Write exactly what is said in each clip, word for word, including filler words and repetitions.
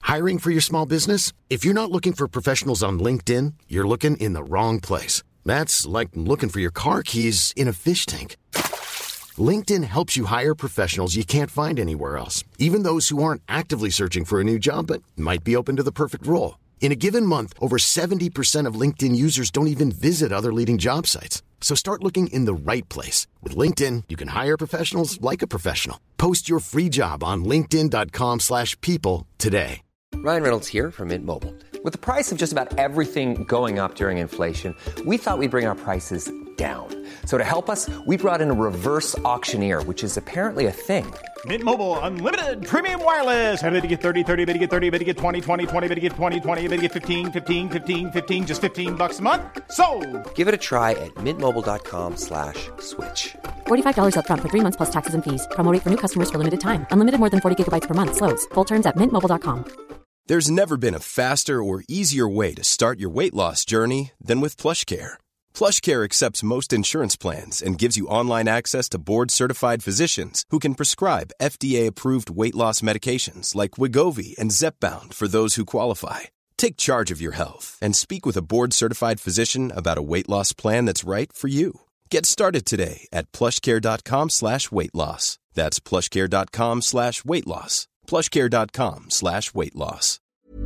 Hiring for your small business? If you're not looking for professionals on LinkedIn, you're looking in the wrong place. That's like looking for your car keys in a fish tank. LinkedIn helps you hire professionals you can't find anywhere else, even those who aren't actively searching for a new job but might be open to the perfect role. In a given month, over seventy percent of LinkedIn users don't even visit other leading job sites. So start looking in the right place. With LinkedIn, you can hire professionals like a professional. Post your free job on linkedin.com slash people today. Ryan Reynolds here from Mint Mobile. With the price of just about everything going up during inflation, we thought we'd bring our prices down. So to help us, we brought in a reverse auctioneer, which is apparently a thing. Mint Mobile Unlimited Premium Wireless. How to get thirty, thirty, how to get thirty, how to get twenty, twenty, twenty, how to get twenty, twenty, how to get fifteen, fifteen, fifteen, fifteen, just fifteen bucks a month? Sold! Give it a try at mintmobile.com slash switch. forty-five dollars up front for three months plus taxes and fees. Promo rate for new customers for limited time. Unlimited more than forty gigabytes per month. Slows full terms at mint mobile dot com. There's never been a faster or easier way to start your weight loss journey than with PlushCare. PlushCare accepts most insurance plans and gives you online access to board-certified physicians who can prescribe F D A-approved weight loss medications like Wegovy and Zepbound for those who qualify. Take charge of your health and speak with a board-certified physician about a weight loss plan that's right for you. Get started today at plushcare.com slash weight loss. That's plushcare.com slash weight loss. plushcare.com slash weight loss.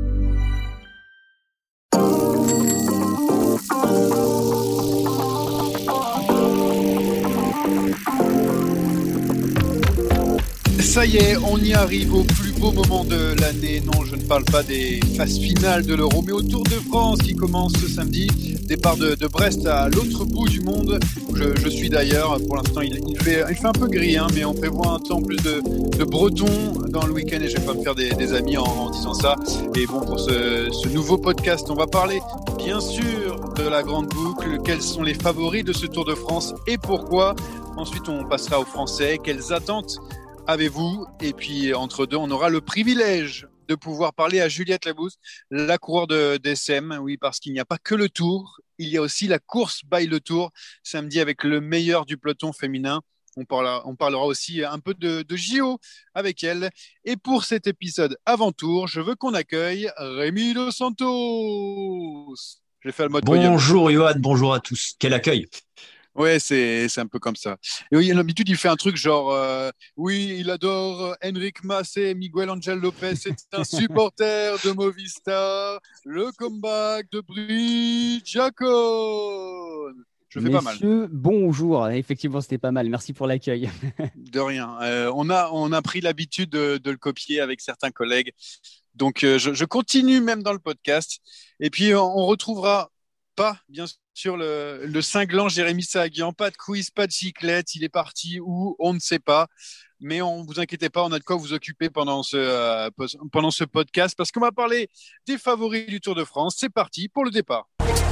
Ça y est, on y arrive au plus beau moment de l'année. Non, je ne parle pas des phases finales de l'Euro, mais au Tour de France qui commence ce samedi. Départ de, de Brest à l'autre bout du monde, où je, je suis d'ailleurs. Pour l'instant, il, il, fait, il fait un peu gris, hein, mais on prévoit un temps plus de, de breton dans le week-end et je vais pas me faire des, des amis en, en disant ça. Et bon, pour ce, ce nouveau podcast, on va parler bien sûr de la grande boucle. Quels sont les favoris de ce Tour de France et pourquoi? Ensuite, on passera aux Français. Quelles attentes avez-vous? Et puis, entre deux, on aura le privilège de pouvoir parler à Juliette Labousse, la coureure de D S M. Oui, parce qu'il n'y a pas que le Tour, il y a aussi la course by le Tour, samedi avec le meilleur du peloton féminin. On parlera, on parlera aussi un peu de, de J O avec elle. Et pour cet épisode avant-tour, je veux qu'on accueille Rémi Dos Santos. J'ai fait le mode Bonjour Yoann, bonjour à tous. Quel accueil! Ouais, c'est, c'est un peu comme ça. Et oui, d'habitude, il fait un truc genre euh, oui, il adore Enric Mas et Miguel Angel Lopez, c'est un supporter de Movistar, le comeback de Bridgestone. Je fais Messieurs, pas mal. Bonjour. Effectivement, c'était pas mal. Merci pour l'accueil. De rien. Euh, on, a, on a pris l'habitude de, de le copier avec certains collègues. Donc, euh, je, je continue même dans le podcast. Et puis, on, on retrouvera pas, bien sûr, le, le cinglant Jérémy Sahaguian. Pas de quiz, pas de cyclette. Il est parti où? On ne sait pas. Mais on vous inquiétez pas, on a de quoi vous occuper pendant ce, euh, pendant ce podcast parce qu'on va parler des favoris du Tour de France. C'est parti pour le départ.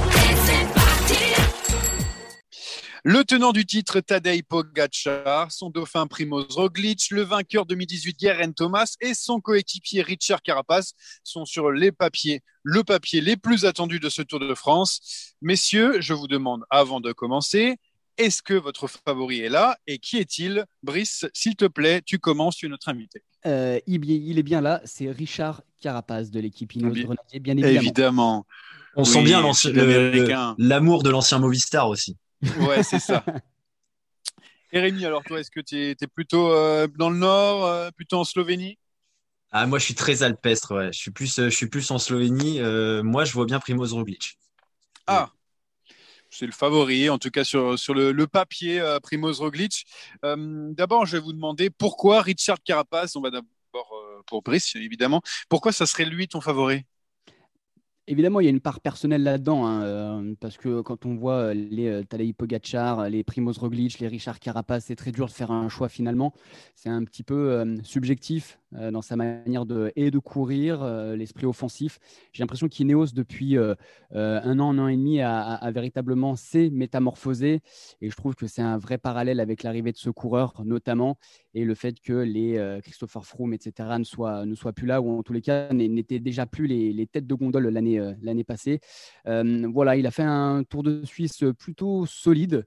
Le tenant du titre, Tadej Pogačar, son dauphin Primož Roglič, le vainqueur deux mille dix-huit, Geraint Thomas et son coéquipier Richard Carapaz sont sur les papiers, le papier les plus attendus de ce Tour de France. Messieurs, je vous demande, avant de commencer, est-ce que votre favori est là et qui est-il? Brice, s'il te plaît, tu commences, tu es notre invité. Euh, il, il est bien là, c'est Richard Carapaz de l'équipe Ineos Grenadier, bien évidemment. Évidemment. On oui, sent bien le, l'amour de l'ancien Movistar aussi. Ouais, c'est ça. Et Rémi, alors toi, est-ce que tu es plutôt euh, dans le nord, euh, plutôt en Slovénie? Ah, moi, je suis très alpestre, ouais. Je suis plus, euh, je suis plus en Slovénie. Euh, moi, je vois bien Primož Roglič. Ah, c'est le favori, en tout cas sur, sur le, le papier, euh, Primož Roglič. Euh, d'abord, je vais vous demander pourquoi Richard Carapaz, on va d'abord euh, pour Brice, évidemment, pourquoi ça serait lui ton favori? Évidemment, il y a une part personnelle là-dedans, hein, euh, parce que quand on voit les euh, Tadej Pogačar, les Primož Roglič, les Richard Carapaz, c'est très dur de faire un choix finalement. C'est un petit peu euh, subjectif euh, dans sa manière de, et de courir, euh, l'esprit offensif. J'ai l'impression qu'Ineos, depuis euh, euh, un an, un an et demi, a, a, a véritablement s'est métamorphosé. Et je trouve que c'est un vrai parallèle avec l'arrivée de ce coureur, notamment, et le fait que les euh, Christopher Froome, et cetera, ne soient, ne soient plus là, ou en tous les cas, n'étaient déjà plus les, les têtes de gondole l'année, euh, l'année passée. Euh, voilà, il a fait un Tour de Suisse plutôt solide.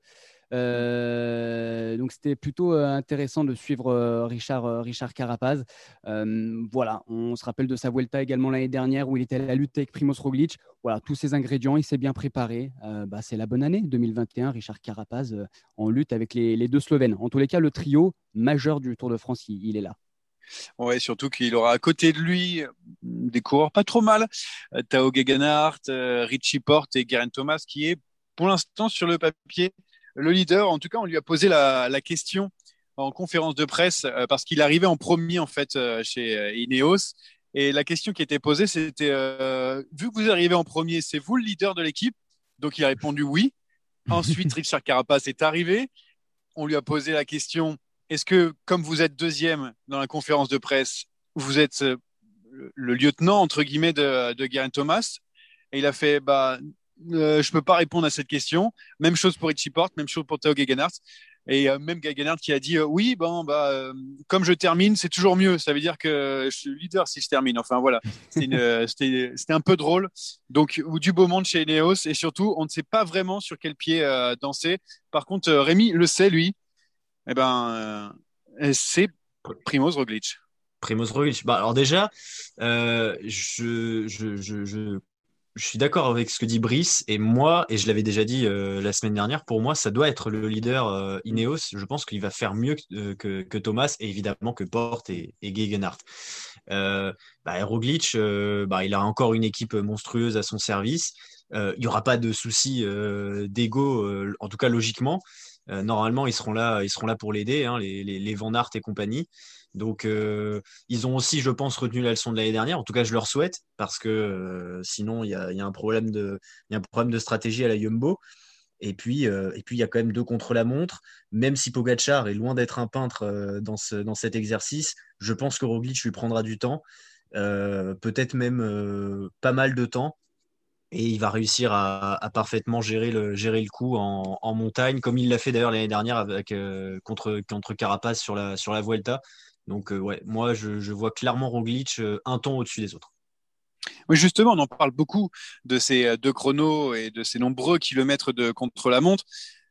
Euh, donc c'était plutôt euh, intéressant de suivre euh, Richard, euh, Richard Carapaz. Euh, voilà, on se rappelle de sa Vuelta également l'année dernière où il était à la lutte avec Primoz Roglic. Voilà, tous ces ingrédients, il s'est bien préparé. Euh, bah, c'est la bonne année deux mille vingt et un, Richard Carapaz euh, en lutte avec les, les deux Slovènes. En tous les cas, le trio majeur du Tour de France, il, il est là. Ouais, surtout qu'il aura à côté de lui des coureurs pas trop mal. Euh, Tao Gegenhardt, euh, Richie Porte et Geraint Thomas, qui est pour l'instant sur le papier le leader. En tout cas, on lui a posé la, la question en conférence de presse euh, parce qu'il arrivait en premier en fait euh, chez euh, Ineos. Et la question qui était posée, c'était euh, vu que vous arrivez en premier, c'est vous le leader de l'équipe? Donc il a répondu oui. Ensuite, Richard Carapaz est arrivé. On lui a posé la question, est-ce que, comme vous êtes deuxième dans la conférence de presse, vous êtes euh, le lieutenant, entre guillemets, de, de Geraint Thomas? Et il a fait, bah, euh, je ne peux pas répondre à cette question. Même chose pour Richie Porte, même chose pour Tao Gegenhardt. Et euh, même Gegenhardt qui a dit, euh, oui, bon, bah, euh, comme je termine, c'est toujours mieux. Ça veut dire que je suis leader si je termine. Enfin, voilà. C'était, une, c'était, c'était un peu drôle. Donc, du beau monde chez Ineos. Et surtout, on ne sait pas vraiment sur quel pied euh, danser. Par contre, euh, Rémi le sait, lui. Eh ben, euh, c'est Primoz Roglic. Primoz Roglic. Bah, alors déjà, euh, je, je, je, je, je suis d'accord avec ce que dit Brice. Et moi, et je l'avais déjà dit euh, la semaine dernière, pour moi, ça doit être le leader euh, Ineos. Je pense qu'il va faire mieux que, que, que Thomas et évidemment que Porte et, et Gegenhardt. Euh, bah, Roglic, euh, bah, il a encore une équipe monstrueuse à son service. Euh, il n'y aura pas de souci euh, d'ego, euh, en tout cas logiquement. Euh, normalement, ils seront là, ils seront là pour l'aider, hein, les, les, les Van Aert et compagnie. Donc, euh, ils ont aussi, je pense, retenu la leçon de l'année dernière. En tout cas, je leur souhaite, parce que euh, sinon, il y a, y a un problème de, il y a un problème de stratégie à la Jumbo. Et puis, euh, et puis, il y a quand même deux contre la montre. Même si Pogačar est loin d'être un peintre euh, dans, ce, dans cet exercice, je pense que Roglic lui prendra du temps, euh, peut-être même euh, pas mal de temps. Et il va réussir à, à parfaitement gérer le, gérer le coup en, en montagne, comme il l'a fait d'ailleurs l'année dernière avec, euh, contre, contre Carapaz sur la, sur la Vuelta. Donc, euh, ouais, moi, je, je vois clairement Roglic euh, un ton au-dessus des autres. Oui, justement, on en parle beaucoup de ces deux chronos et de ces nombreux kilomètres de contre la montre.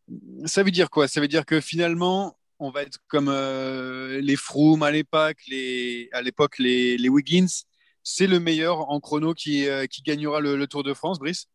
Ça veut dire quoi? Ça veut dire que finalement, on va être comme euh, les Froome à l'époque, les, à l'époque les, les Wiggins. C'est le meilleur en chrono qui, euh, qui gagnera le, le Tour de France, Brice?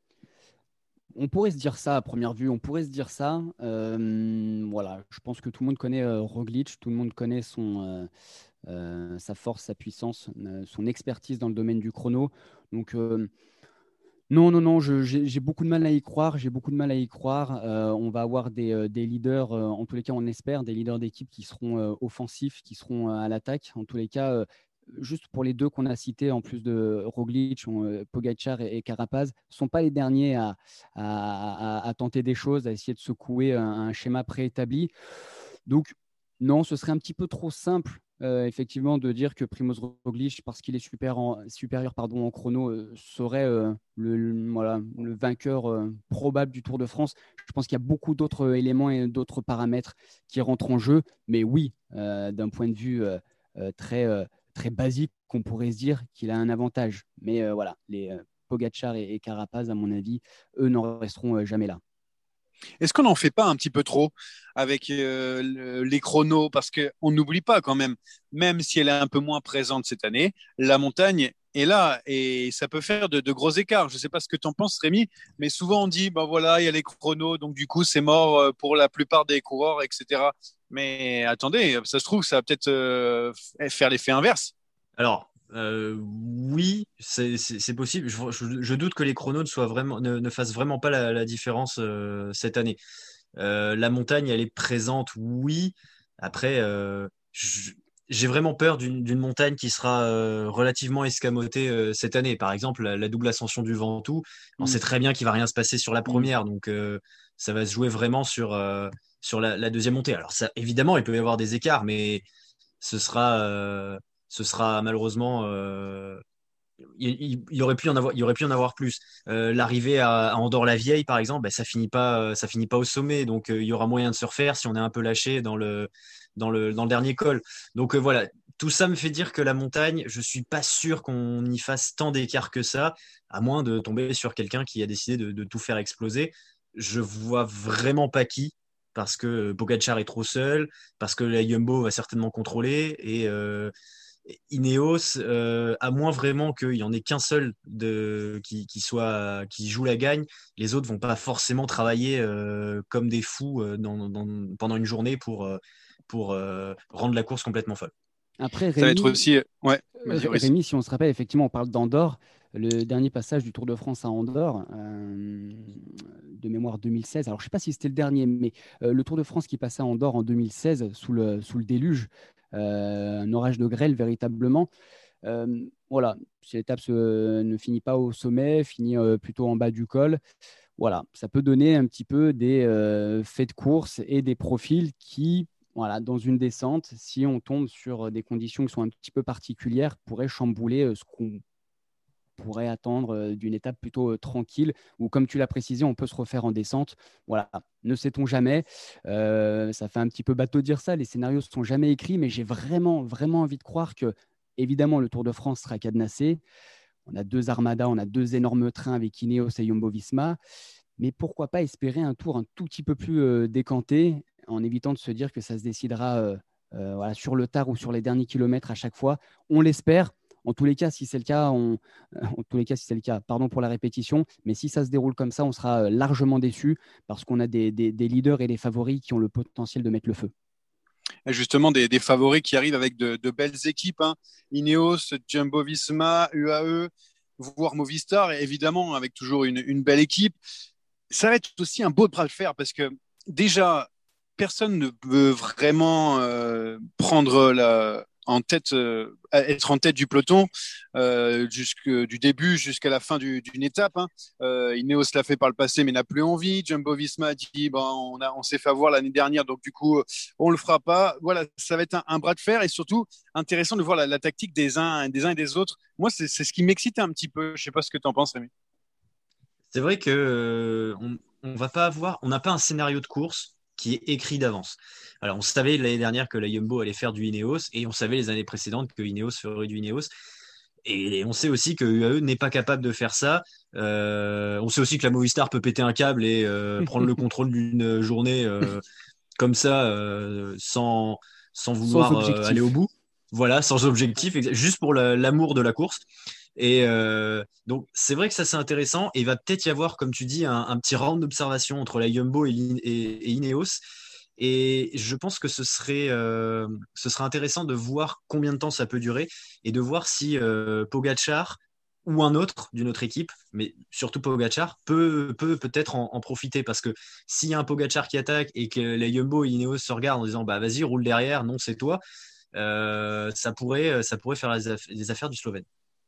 On pourrait se dire ça à première vue, on pourrait se dire ça. Euh, voilà, je pense que tout le monde connaît euh, Roglic, tout le monde connaît son, euh, euh, sa force, sa puissance, euh, son expertise dans le domaine du chrono. Donc, euh, non, non, non, je- j'ai j'ai beaucoup de mal à y croire. J'ai beaucoup de mal à y croire. Euh, on va avoir des, euh, des leaders, euh, en tous les cas, on espère, des leaders d'équipe qui seront euh, offensifs, qui seront euh, à l'attaque. En tous les cas, euh, juste pour les deux qu'on a cités, en plus de Roglic, on, euh, Pogacar et, et Carapaz, ne sont pas les derniers à, à- à- à tenter des choses, à essayer de secouer un, un schéma préétabli. Donc, non, ce serait un petit peu trop simple, euh, effectivement, de dire que Primoz Roglic, parce qu'il est super en- supérieur pardon, en chrono, euh, serait euh, le, le- voilà, le vainqueur euh, probable du Tour de France. Je pense qu'il y a beaucoup d'autres euh, éléments et d'autres paramètres qui rentrent en jeu. Mais oui, euh, d'un point de vue euh, euh, très, euh, très basique, qu'on pourrait se dire qu'il a un avantage. Mais euh, voilà, les euh, Pogacar et, et Carapaz, à mon avis, eux n'en resteront euh, jamais là. Est-ce qu'on n'en fait pas un petit peu trop avec euh, le- les chronos? Parce qu'on n'oublie pas quand même, même si elle est un peu moins présente cette année, la montagne est là et ça peut faire de, de gros écarts. Je ne sais pas ce que tu en penses, Rémi, mais souvent on dit, ben voilà, il y a les chronos, donc du coup c'est mort euh, pour la plupart des coureurs, et cetera. Mais attendez, ça se trouve, ça va peut-être euh, f- faire l'effet inverse. Alors, euh, oui, c'est c'est- c'est possible. Je, je- je doute que les chronos ne, soient vraiment, ne, ne fassent vraiment pas la, la différence euh, cette année. Euh, la montagne, elle est présente, oui. Après, euh, je- j'ai vraiment peur d'une d'une montagne qui sera euh, relativement escamotée euh, cette année. Par exemple, la, la double ascension du Ventoux, on Mm. sait très bien qu'il va rien se passer sur la Mm. première, donc euh, ça va se jouer vraiment sur, euh, sur la, la deuxième montée. Alors, ça, évidemment, il peut y avoir des écarts, mais ce sera, euh, ce sera malheureusement. euh, il, il- il aurait pu en avoir, il aurait pu en avoir plus. Euh, l'arrivée à, à Andorre-la-Vieille, par exemple, ben, ça finit pas, euh, ça finit pas au sommet, donc euh, il y aura moyen de se refaire si on est un peu lâché dans le, dans le, dans le dernier col. Donc euh, voilà, tout ça me fait dire que la montagne, je suis pas sûr qu'on y fasse tant d'écart que ça, à moins de tomber sur quelqu'un qui a décidé de, de tout faire exploser. Je vois vraiment pas qui. parce que Pogacar est trop seul, parce que la Jumbo va certainement contrôler et euh, Ineos, euh, à moins vraiment qu'il n'y en ait qu'un seul de, qui, qui, soit, qui joue la gagne, les autres vont pas forcément travailler euh, comme des fous euh, dans, dans, pendant une journée pour, euh, pour euh, rendre la course complètement folle. Après, Ça va Rémi, être aussi. Ouais, euh, vas-y, Brice. Rémi, si on se rappelle, effectivement, on parle d'Andorre. Le dernier passage du Tour de France à Andorre, euh, de mémoire deux mille seize. Alors, je ne sais pas si c'était le dernier, mais euh, le Tour de France qui passait à Andorre en deux mille seize, sous le, sous le déluge, euh, un orage de grêle véritablement. Euh, voilà, si l'étape se- ne finit pas au sommet, finit euh, plutôt en bas du col. Voilà, ça peut donner un petit peu des euh, faits de course et des profils qui, voilà, dans une descente, si on tombe sur des conditions qui sont un petit peu particulières, pourraient chambouler euh, ce qu'on pourrait attendre euh, d'une étape plutôt euh, tranquille, où, comme tu l'as précisé, on peut se refaire en descente. Voilà, ne sait-on jamais. Euh, ça fait un petit peu bateau de dire ça, les scénarios ne sont jamais écrits, mais j'ai vraiment, vraiment envie de croire que, évidemment, le Tour de France sera cadenassé. On a deux armadas, on a deux énormes trains avec Ineos et Jumbo-Visma. Mais pourquoi pas espérer un tour un tout petit peu plus euh, décanté, en évitant de se dire que ça se décidera euh, euh, voilà, sur le tard ou sur les derniers kilomètres à chaque fois. On l'espère. En tous les cas, si c'est le cas, on... en tous les cas, si c'est le cas, pardon pour la répétition, mais si ça se déroule comme ça, on sera largement déçu parce qu'on a des, des, des leaders et des favoris qui ont le potentiel de mettre le feu. Justement, des, des favoris qui arrivent avec de, de belles équipes, hein. Ineos, Jumbo-Visma, U A E, voire Movistar, et évidemment avec toujours une, une belle équipe. Ça va être aussi un beau bras de fer parce que déjà, personne ne peut vraiment euh, prendre la, en tête, euh, être en tête du peloton euh, jusque, du début jusqu'à la fin du, d'une étape. Hein. Euh, Ineos l'a fait par le passé mais n'a plus envie. Jumbo-Visma a dit bon, on, a, on s'est fait avoir l'année dernière, donc du coup, on le fera pas. Voilà, ça va être un, un bras de fer et surtout intéressant de voir la, la tactique des uns, des uns et des autres. Moi, c'est, c'est ce qui m'excite un petit peu. Je sais pas ce que tu en penses, Rémi. C'est vrai que euh, on, on va pas avoir, on n'a pas un scénario de course qui est écrit d'avance. Alors, on savait l'année dernière que la Jumbo allait faire du Ineos et on savait les années précédentes que Ineos ferait du Ineos. Et on sait aussi que U A E n'est pas capable de faire ça. Euh, on sait aussi que la Movistar peut péter un câble et euh, prendre le contrôle d'une journée euh, comme ça, euh, sans, sans vouloir Sans euh, objectif. aller au bout. Voilà, sans objectif, exa- juste pour la- l'amour de la course. Et euh, donc, c'est vrai que ça, c'est intéressant. Et il va peut-être y avoir, comme tu dis, un, un petit round d'observation entre la Jumbo et, l'I- et- et Ineos. Et je pense que ce serait, euh, ce serait intéressant de voir combien de temps ça peut durer et de voir si euh, Pogacar ou un autre d'une autre équipe, mais surtout Pogacar, peut, peut peut-être en, en profiter. Parce que s'il y a un Pogacar qui attaque et que les Jumbo et Ineos se regardent en disant bah, vas-y, roule derrière, non, c'est toi, euh, ça, pourrait, ça pourrait faire les, aff- les affaires du Slovène.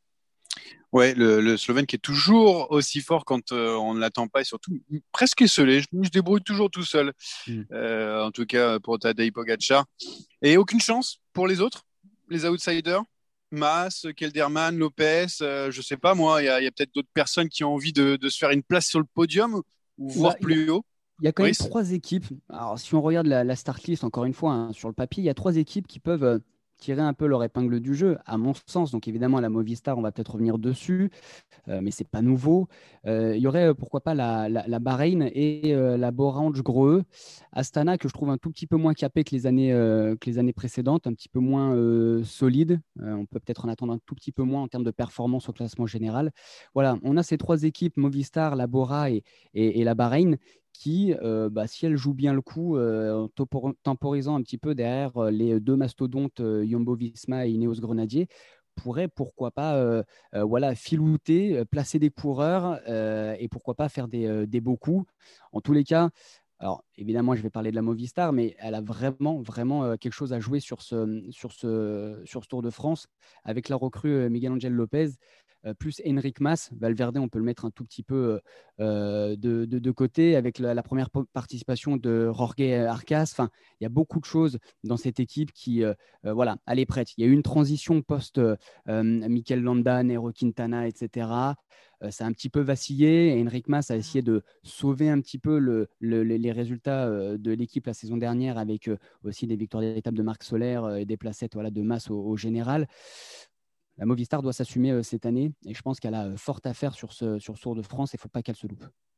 Ouais, le, le Slovène qui est toujours aussi fort quand euh, on ne l'attend pas et surtout presque esselé. Je me débrouille toujours tout seul. Mm. Euh, en tout cas pour Tadej Pogacar. Et aucune chance pour les autres, les outsiders. Mas, Kelderman, Lopez, euh, je sais pas moi. Il y a, y a peut-être d'autres personnes qui ont envie de, de se faire une place sur le podium ou voir Ouais, plus haut. Il y a quand même Brice. trois équipes. Alors, si on regarde la, la start list, encore une fois, hein, sur le papier, il y a trois équipes qui peuvent euh, tirer un peu leur épingle du jeu, à mon sens. Donc, évidemment, la Movistar, on va peut-être revenir dessus, euh, mais c'est pas nouveau. Euh, il y aurait, euh, pourquoi pas, la, la, la Bahreïn et euh, la Borange Grohe. Astana, que je trouve un tout petit peu moins capé que les années, euh, que les années précédentes, un petit peu moins euh, solide. Euh, on peut peut-être en attendre un tout petit peu moins en termes de performance au classement général. Voilà, on a ces trois équipes, Movistar, la Bora et, et, et la Bahreïn, qui, euh, bah, si elle joue bien le coup, euh, en topor- temporisant un petit peu derrière euh, les deux mastodontes euh, Jumbo-Visma et Ineos Grenadier, pourrait, pourquoi pas, euh, euh, voilà, filouter, euh, placer des coureurs euh, et pourquoi pas faire des, euh, des beaux coups. En tous les cas, alors évidemment, je vais parler de la Movistar, mais elle a vraiment, vraiment euh, quelque chose à jouer sur ce, sur, ce, sur ce Tour de France avec la recrue euh, Miguel Angel Lopez. Euh, plus Enric Mas. Valverde, on peut le mettre un tout petit peu euh, de, de, de côté avec la, la première participation de Jorge Arcas. Enfin, il y a beaucoup de choses dans cette équipe qui, euh, euh, voilà, elle est prête. Il y a eu une transition post euh, Mikel Landa, Nairo Quintana, et cetera. Euh, ça a un petit peu vacillé. Et Enric Mas a essayé de sauver un petit peu le, le, les résultats euh, de l'équipe la saison dernière avec euh, aussi des victoires d'étape de Marc Soler euh, et des placettes voilà, de Mas au, au général. La Movistar doit s'assumer euh, cette année et je pense qu'elle a euh, fort à faire sur ce, sur ce Tour de France et il ne faut pas qu'elle se loupe.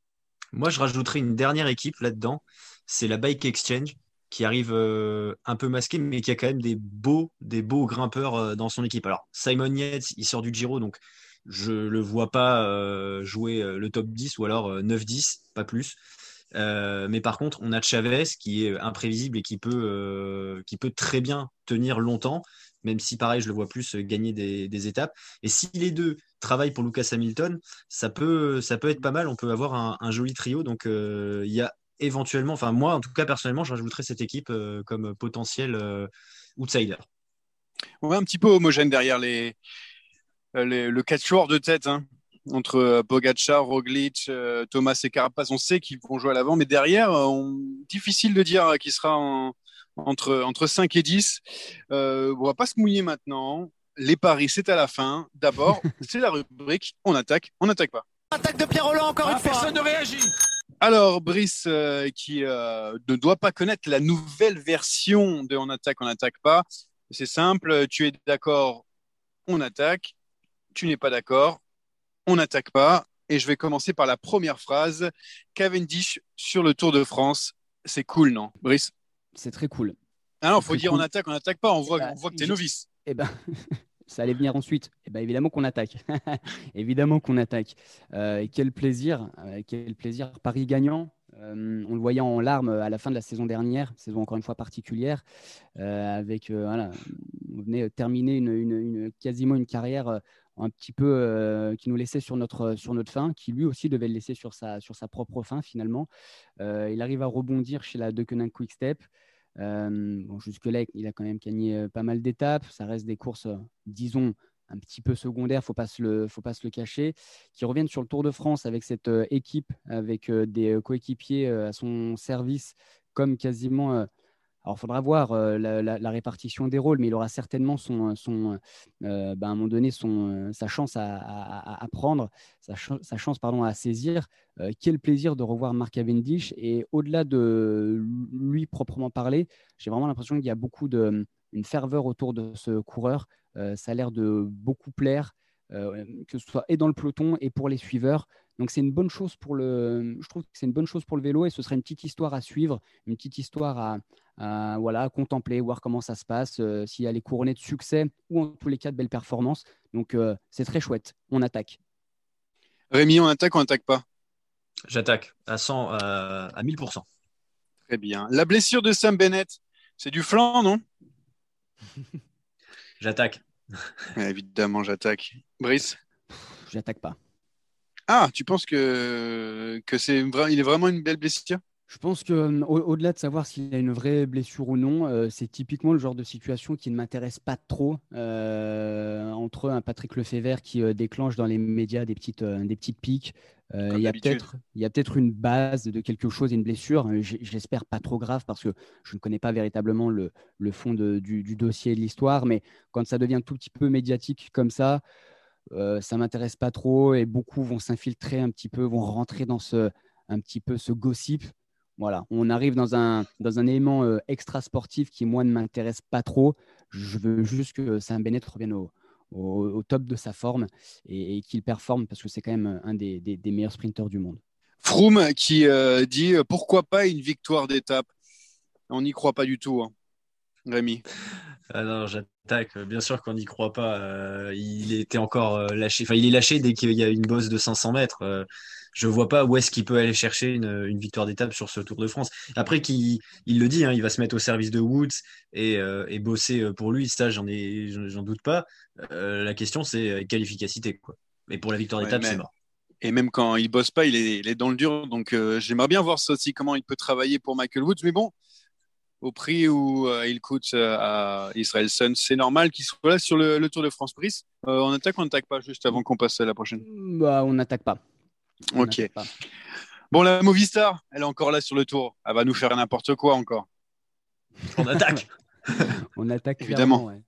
Moi, je rajouterais une dernière équipe là-dedans. C'est la Bike Exchange qui arrive euh, un peu masqué, mais qui a quand même des beaux, des beaux grimpeurs euh, dans son équipe. Alors, Simon Yates, il sort du Giro, donc je le vois pas euh, jouer euh, le top dix ou alors euh, neuf dix, pas plus. Euh, mais par contre, on a Chavez qui est imprévisible et qui peut, euh, qui peut très bien tenir longtemps, même si pareil, je le vois plus gagner des, des étapes. Et si les deux travaillent pour Lucas Hamilton, ça peut, ça peut être pas mal. On peut avoir un, un joli trio. Donc, euh, il y a éventuellement, enfin moi, en tout cas personnellement, je rajouterais cette équipe euh, comme potentiel euh, outsider. On est un petit peu homogène derrière les, les le quatre joueurs de tête, hein. Entre Pogačar, Roglic, euh, Thomas et Carapaz, on sait qu'ils vont jouer à l'avant, mais derrière, on... difficile de dire qui sera en... entre, entre cinq et dix. Euh, on ne va pas se mouiller maintenant. Les paris, c'est à la fin. D'abord, c'est la rubrique on attaque, on n'attaque pas. Attaque de Pierre Rolland, encore ah, une fois. Personne ne réagit. Alors, Brice, euh, qui euh, ne doit pas connaître la nouvelle version de on attaque, on n'attaque pas. C'est simple, tu es d'accord, on attaque. Tu n'es pas d'accord, on n'attaque pas. Et je vais commencer par la première phrase. Cavendish sur le Tour de France. C'est cool, non, Brice? C'est très cool. Ah non, il faut dire cool. On attaque, on n'attaque pas. On voit, bah, on voit que tu es novice. Eh ben, ça allait venir ensuite. Eh ben, évidemment qu'on attaque. évidemment qu'on attaque. Euh, quel plaisir. Euh, quel plaisir. Paris gagnant. Euh, on le voyait en larmes à la fin de la saison dernière, saison encore une fois particulière, euh, avec euh, voilà, on venait terminer une, une, une, quasiment une carrière euh, un petit peu euh, qui nous laissait sur notre, sur notre fin, qui lui aussi devait le laisser sur sa, sur sa propre fin finalement. Euh, il arrive à rebondir chez la Deceuninck Quick-Step. Euh, bon, jusque-là, il a quand même gagné pas mal d'étapes. Ça reste des courses, euh, disons, un petit peu secondaires, il ne faut pas se le, faut pas se le cacher, qui reviennent sur le Tour de France avec cette euh, équipe, avec euh, des coéquipiers euh, à son service, comme quasiment… Euh, alors, il faudra voir euh, la, la, la répartition des rôles, mais il aura certainement son, son, euh, ben, à un moment donné son, euh, sa chance à, à, à prendre, sa, ch- sa chance pardon, à saisir. Euh, quel plaisir de revoir Mark Cavendish. Et au-delà de lui proprement parler, j'ai vraiment l'impression qu'il y a beaucoup de, une ferveur autour de ce coureur. Euh, ça a l'air de beaucoup plaire, euh, que ce soit et dans le peloton et pour les suiveurs. Donc c'est une bonne chose pour le, je trouve que c'est une bonne chose pour le vélo et ce serait une petite histoire à suivre, une petite histoire à, à, voilà, à contempler, voir comment ça se passe, euh, s'il y a les couronnés de succès ou en tous les cas de belles performances. Donc euh, c'est très chouette. On attaque. Rémi, on attaque ou on n'attaque pas? J'attaque à cent, euh, à mille pour cent. Très bien. La blessure de Sam Bennett, c'est du flanc, non? J'attaque. Ouais, évidemment, j'attaque. Brice? J'attaque pas. Ah, tu penses que, que c'est vra- il est vraiment une belle blessure? Je pense qu'au-delà de savoir s'il a une vraie blessure ou non, euh, c'est typiquement le genre de situation qui ne m'intéresse pas trop. Euh, entre un Patrick Lefebvre qui euh, déclenche dans les médias des petites, euh, des petites piques. Euh, il, y a peut-être, il y a peut-être une base de quelque chose, une blessure. J'espère pas trop grave parce que je ne connais pas véritablement le, le fond de, du, du dossier de l'histoire. Mais quand ça devient tout petit peu médiatique comme ça, Euh, ça m'intéresse pas trop et beaucoup vont s'infiltrer un petit peu, vont rentrer dans ce, un petit peu ce gossip. Voilà, on arrive dans un, dans un élément euh, extra sportif qui, moi, ne m'intéresse pas trop. Je veux juste que Sam Bennett revienne au, au, au top de sa forme et, et qu'il performe parce que c'est quand même un des, des, des meilleurs sprinteurs du monde. Froome qui euh, dit euh, pourquoi pas une victoire d'étape. On n'y croit pas du tout, hein. Rémi. Ah non, j'attaque. Bien sûr qu'on n'y croit pas. Euh, il était encore euh, lâché. Enfin, il est lâché dès qu'il y a une bosse de cinq cents mètres. Euh, je vois pas où est-ce qu'il peut aller chercher une, une victoire d'étape sur ce Tour de France. Après, qu'il, il le dit, hein, il va se mettre au service de Woods et, euh, et bosser pour lui. Ça, j'en ai, j'en doute pas. Euh, la question, c'est quelle efficacité, quoi. Mais pour la victoire d'étape, ouais, c'est mort. Et même quand il bosse pas, il est, il est dans le dur. Donc, euh, j'aimerais bien voir ça aussi, comment il peut travailler pour Michael Woods. Mais bon, au prix où euh, il coûte euh, à Israel Sun, c'est normal qu'il soit là sur le, le Tour de France. Brice, euh, on attaque ou on n'attaque pas juste avant qu'on passe à la prochaine? Bah, on n'attaque pas. On ok. Pas. Bon, la Movistar, elle est encore là sur le Tour. Elle va nous faire n'importe quoi encore. On attaque. On attaque évidemment. Ouais.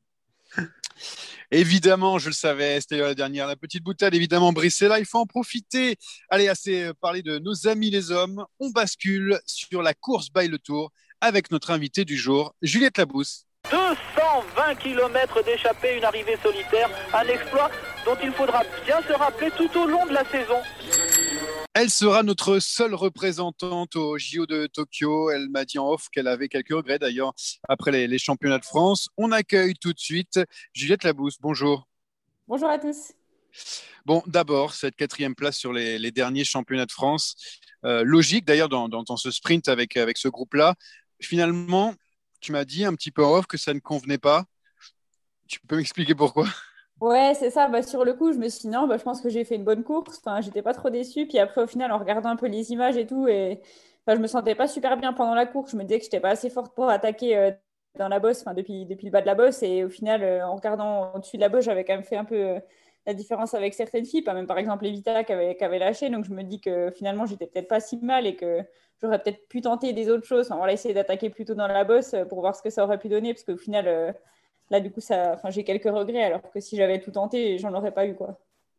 Évidemment, je le savais, c'était la dernière. La petite boutade, évidemment, Brice est là, il faut en profiter. Allez, assez parlé de nos amis les hommes. On bascule sur la course by le Tour avec notre invité du jour, Juliette Labrousse. deux cent vingt kilomètres d'échappée, une arrivée solitaire, un exploit dont il faudra bien se rappeler tout au long de la saison. Elle sera notre seule représentante au J O de Tokyo. Elle m'a dit en off qu'elle avait quelques regrets d'ailleurs après les, les championnats de France. On accueille tout de suite Juliette Labousse. Bonjour. Bonjour à tous. Bon, d'abord, cette quatrième place sur les, les derniers championnats de France. Euh, logique d'ailleurs dans, dans, dans ce sprint avec, avec ce groupe-là. Finalement, tu m'as dit un petit peu en off que ça ne convenait pas. Tu peux m'expliquer pourquoi ? Ouais, c'est ça. Bah, sur le coup, je me suis dit non, bah, je pense que j'ai fait une bonne course. Enfin, j'étais pas trop déçue. Puis après, au final, en regardant un peu les images et tout, et enfin, je me sentais pas super bien pendant la course. Je me disais que j'étais pas assez forte pour attaquer euh, dans la bosse, enfin, depuis, depuis le bas de la bosse. Et au final, euh, en regardant au-dessus de la bosse, j'avais quand même fait un peu euh, la différence avec certaines filles, pas même par exemple Evita qui avait, qui avait lâché. Donc je me dis que finalement, j'étais peut-être pas si mal et que j'aurais peut-être pu tenter des autres choses. Enfin, voilà, essayer d'attaquer plutôt dans la bosse euh, pour voir ce que ça aurait pu donner, parce qu'au final. Euh, Là, du coup, ça, enfin, j'ai quelques regrets, alors que si j'avais tout tenté, j'en aurais pas eu, quoi.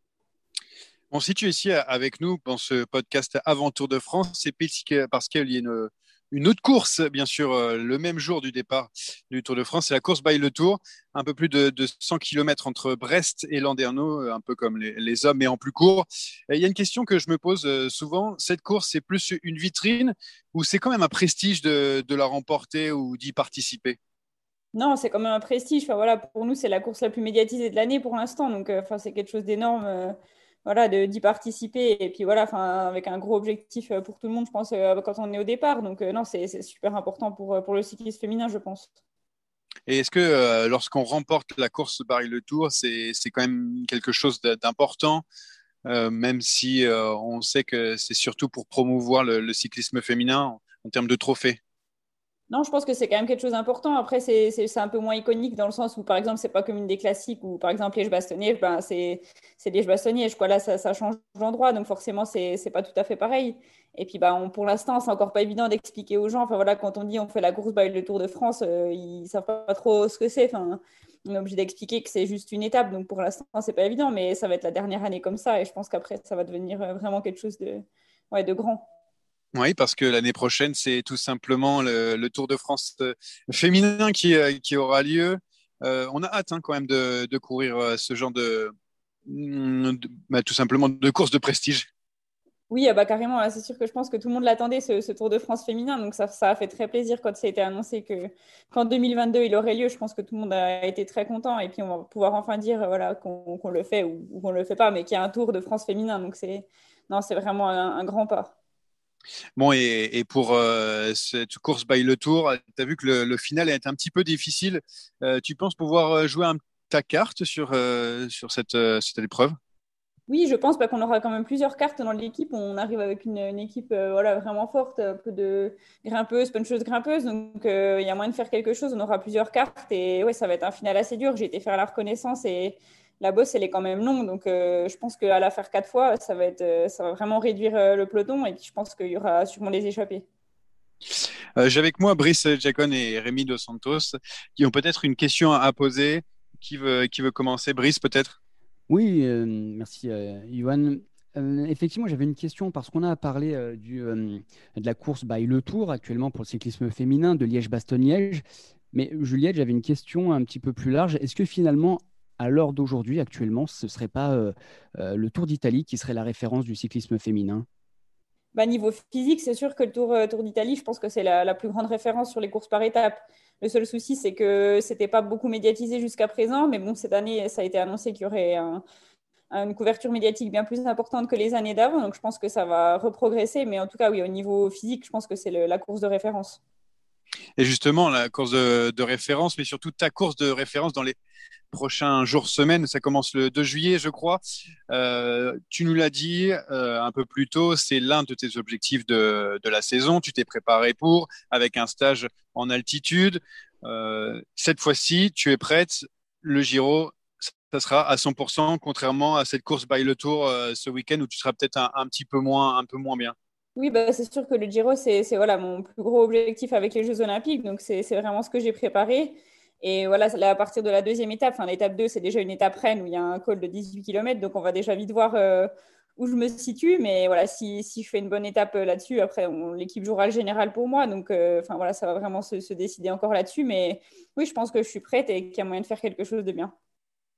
Bon, si tu es ici avec nous dans ce podcast Avant Tour de France, c'est parce qu'il y a une, une autre course, bien sûr, le même jour du départ du Tour de France. C'est la course by le Tour, un peu plus de, de cent kilomètres entre Brest et Landerneau, un peu comme les, les hommes, mais en plus court. Et il y a une question que je me pose souvent. Cette course, c'est plus une vitrine ou c'est quand même un prestige de, de la remporter ou d'y participer ? Non, c'est quand même un prestige. Enfin, voilà, pour nous, c'est la course la plus médiatisée de l'année pour l'instant. Donc, euh, enfin, c'est quelque chose d'énorme euh, voilà, de, d'y participer. Et puis, voilà, enfin, avec un gros objectif euh, pour tout le monde, je pense, euh, quand on est au départ. Donc, euh, non, c'est, c'est super important pour, pour le cyclisme féminin, je pense. Et est-ce que euh, lorsqu'on remporte la course Paris Le Tour, c'est, c'est quand même quelque chose d'important, euh, même si euh, on sait que c'est surtout pour promouvoir le, le cyclisme féminin en, en termes de trophées? Non, je pense que c'est quand même quelque chose d'important. Après, c'est, c'est, c'est un peu moins iconique dans le sens où, par exemple, c'est pas comme une des classiques où, par exemple, Liège-Bastogne-Liège, ben, c'est, c'est Liège-Bastogne-Liège, quoi. Là, ça, ça change d'endroit, donc forcément, c'est, c'est pas tout à fait pareil. Et puis, ben, on- pour l'instant, c'est encore pas évident d'expliquer aux gens. Enfin, voilà, quand on dit on fait la course by le Tour de France, euh, ils savent pas trop ce que c'est. Enfin, on est obligé d'expliquer que c'est juste une étape. Donc, pour l'instant, c'est pas évident, mais ça va être la dernière année comme ça. Et je pense qu'après, ça va devenir euh, vraiment quelque chose de, ouais, de grand. Oui, parce que l'année prochaine, c'est tout simplement le, le Tour de France euh, féminin qui, euh, qui aura lieu. Euh, on a hâte hein, quand même de, de courir euh, ce genre de, de- bah, tout simplement de course de prestige. Oui, ah bah carrément, là, c'est sûr que je pense que tout le monde l'attendait, ce, ce Tour de France féminin. Donc ça, ça a fait très plaisir quand ça a été annoncé que, qu'en deux mille vingt-deux, il aurait lieu. Je pense que tout le monde a été très content. Et puis on va pouvoir enfin dire euh, voilà, qu'on, qu'on le fait ou, ou qu'on ne le fait pas, mais qu'il y a un Tour de France féminin. Donc c'est, non, c'est vraiment un, un grand pas. Bon, et, et pour euh, cette course by le Tour, tu as vu que le, le final a été un petit peu difficile. Euh, tu penses pouvoir euh, jouer un, ta carte sur, euh, sur cette, euh, cette épreuve? Oui, je pense bah, qu'on aura quand même plusieurs cartes dans l'équipe. On arrive avec une, une équipe euh, voilà, vraiment forte, un peu de grimpeuses, puncheuses, grimpeuses. Donc, euh, il y a moyen de faire quelque chose. On aura plusieurs cartes et ouais, ça va être un final assez dur. J'ai été faire la reconnaissance et la bosse, elle est quand même longue. Donc, euh, je pense qu'à la faire quatre fois, ça va être, euh, ça va vraiment réduire euh, le peloton. Et puis, je pense qu'il y aura sûrement des échappées. Euh, j'ai avec moi Brice Jacon et Rémi Dos Santos qui ont peut-être une question à à poser. Qui veut, qui veut commencer? Brice, peut-être? Oui, euh, merci, euh, Yoann. Euh, effectivement, j'avais une question parce qu'on a parlé euh, du, euh, de la course by le Tour actuellement pour le cyclisme féminin de Liège-Bastogne-Liège. Mais Juliette, j'avais une question un petit peu plus large. Est-ce que finalement, à l'heure d'aujourd'hui, actuellement, ce ne serait pas euh, euh, le Tour d'Italie qui serait la référence du cyclisme féminin? Bah, niveau physique, c'est sûr que le Tour, euh, Tour d'Italie, je pense que c'est la, la plus grande référence sur les courses par étapes. Le seul souci, c'est que c'était pas beaucoup médiatisé jusqu'à présent. Mais bon, cette année, ça a été annoncé qu'il y aurait un une couverture médiatique bien plus importante que les années d'avant. Donc, je pense que ça va reprogresser. Mais en tout cas, oui, au niveau physique, je pense que c'est le- la course de référence. Et justement, la course de, de référence, mais surtout ta course de référence dans les prochains jours, semaines, ça commence le deux juillet, je crois. Euh, tu nous l'as dit euh, un peu plus tôt, c'est l'un de tes objectifs de, de la saison. Tu t'es préparé pour, avec un stage en altitude. Euh, cette fois-ci, tu es prête. Le Giro, ça sera à cent pour cent, contrairement à cette course by le Tour euh, ce week-end où tu seras peut-être un, un petit peu moins, un peu moins bien. Oui, bah, c'est sûr que le Giro, c'est c'est, voilà, mon plus gros objectif avec les Jeux Olympiques. Donc, c'est c'est vraiment ce que j'ai préparé. Et voilà, là, à partir de la deuxième étape, enfin, l'étape deux, c'est déjà une étape reine où il y a un col de dix-huit kilomètres. Donc, on va déjà vite voir euh, où je me situe. Mais voilà, si, si je fais une bonne étape euh, là-dessus, après, on- l'équipe jouera le général pour moi. Donc, euh, enfin, voilà, ça va vraiment se, se décider encore là-dessus. Mais oui, je pense que je suis prête et qu'il y a moyen de faire quelque chose de bien.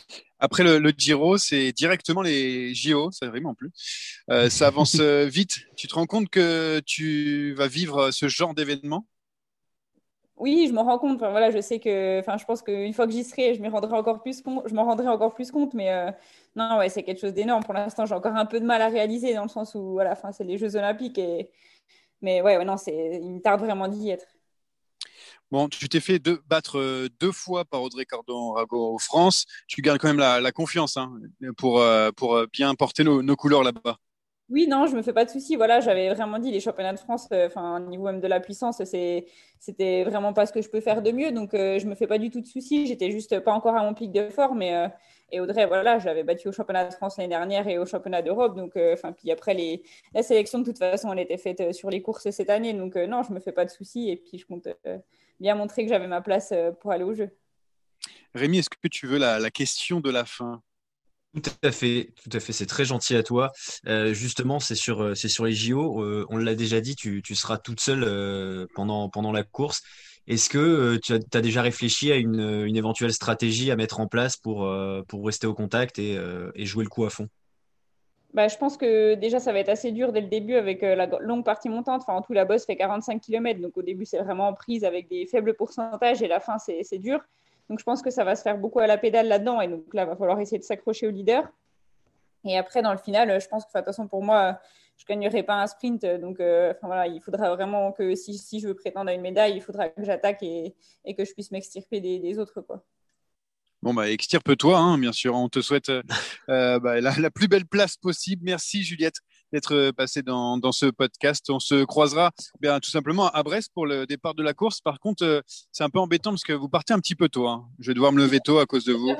Après le, le Giro, c'est directement les J O, ça rime en plus. Euh, ça avance euh, vite. Tu te rends compte que tu vas vivre ce genre d'événement? Oui, je m'en rends compte. Enfin, voilà, je sais que, enfin, je pense qu'une fois que j'y serai, je m'y rendrai encore plus compte, je m'en rendrai encore plus compte. Mais euh, non, ouais, c'est quelque chose d'énorme. Pour l'instant, j'ai encore un peu de mal à réaliser dans le sens où, voilà, enfin, c'est les Jeux Olympiques. Et... Mais ouais, ouais, non, c'est, il me tarde vraiment d'y être. Bon, tu t'es fait deux, battre euh, deux fois par Audrey Cordon-Rago en France. Tu gardes quand même la, la confiance hein, pour, euh, pour euh, bien porter nos, nos couleurs là-bas. Oui, non, je me fais pas de soucis. Voilà, j'avais vraiment dit les championnats de France, euh, enfin, au niveau même de la puissance, c'est, c'était vraiment pas ce que je peux faire de mieux. Donc, euh, je me fais pas du tout de soucis. J'étais juste pas encore à mon pic de forme. Et, euh, et Audrey, voilà, je l'avais battu au championnat de France l'année dernière et au championnat d'Europe. Donc, euh, enfin, puis après, les, la sélection, de toute façon, elle était faite euh, sur les courses cette année. Donc, euh, non, je me fais pas de soucis. Et puis, je compte euh, bien montrer que j'avais ma place euh, pour aller au jeu. Rémi, est-ce que tu veux la, la question de la fin? Tout à fait, tout à fait, c'est très gentil à toi. Euh, justement, c'est sur, euh, c'est sur les J O. Euh, on l'a déjà dit, tu, tu seras toute seule euh, pendant, pendant la course. Est-ce que euh, tu as, t'as déjà réfléchi à une, une éventuelle stratégie à mettre en place pour, euh, pour rester au contact et, euh, et jouer le coup à fond? Bah, je pense que déjà, ça va être assez dur dès le début avec euh, la longue partie montante. Enfin, en tout, la bosse fait quarante-cinq kilomètres. Donc, au début, c'est vraiment en prise avec des faibles pourcentages et la fin, c'est, c'est dur. Donc, je pense que ça va se faire beaucoup à la pédale là-dedans. Et donc, là, il va falloir essayer de s'accrocher au leader. Et après, dans le final, je pense que, de toute façon, pour moi, je ne gagnerai pas un sprint. Donc, euh, enfin, voilà, il faudra vraiment que si, si je veux prétendre à une médaille, il faudra que j'attaque et, et que je puisse m'extirper des, des autres, quoi. Bon, bah, extirpe-toi, hein, bien sûr. On te souhaite euh, bah, la, la plus belle place possible. Merci, Juliette, d'être passée dans, dans ce podcast. On se croisera bien, tout simplement à Brest pour le départ de la course. Par contre, euh, c'est un peu embêtant parce que vous partez un petit peu tôt. Hein. Je vais devoir me lever tôt à cause de vous.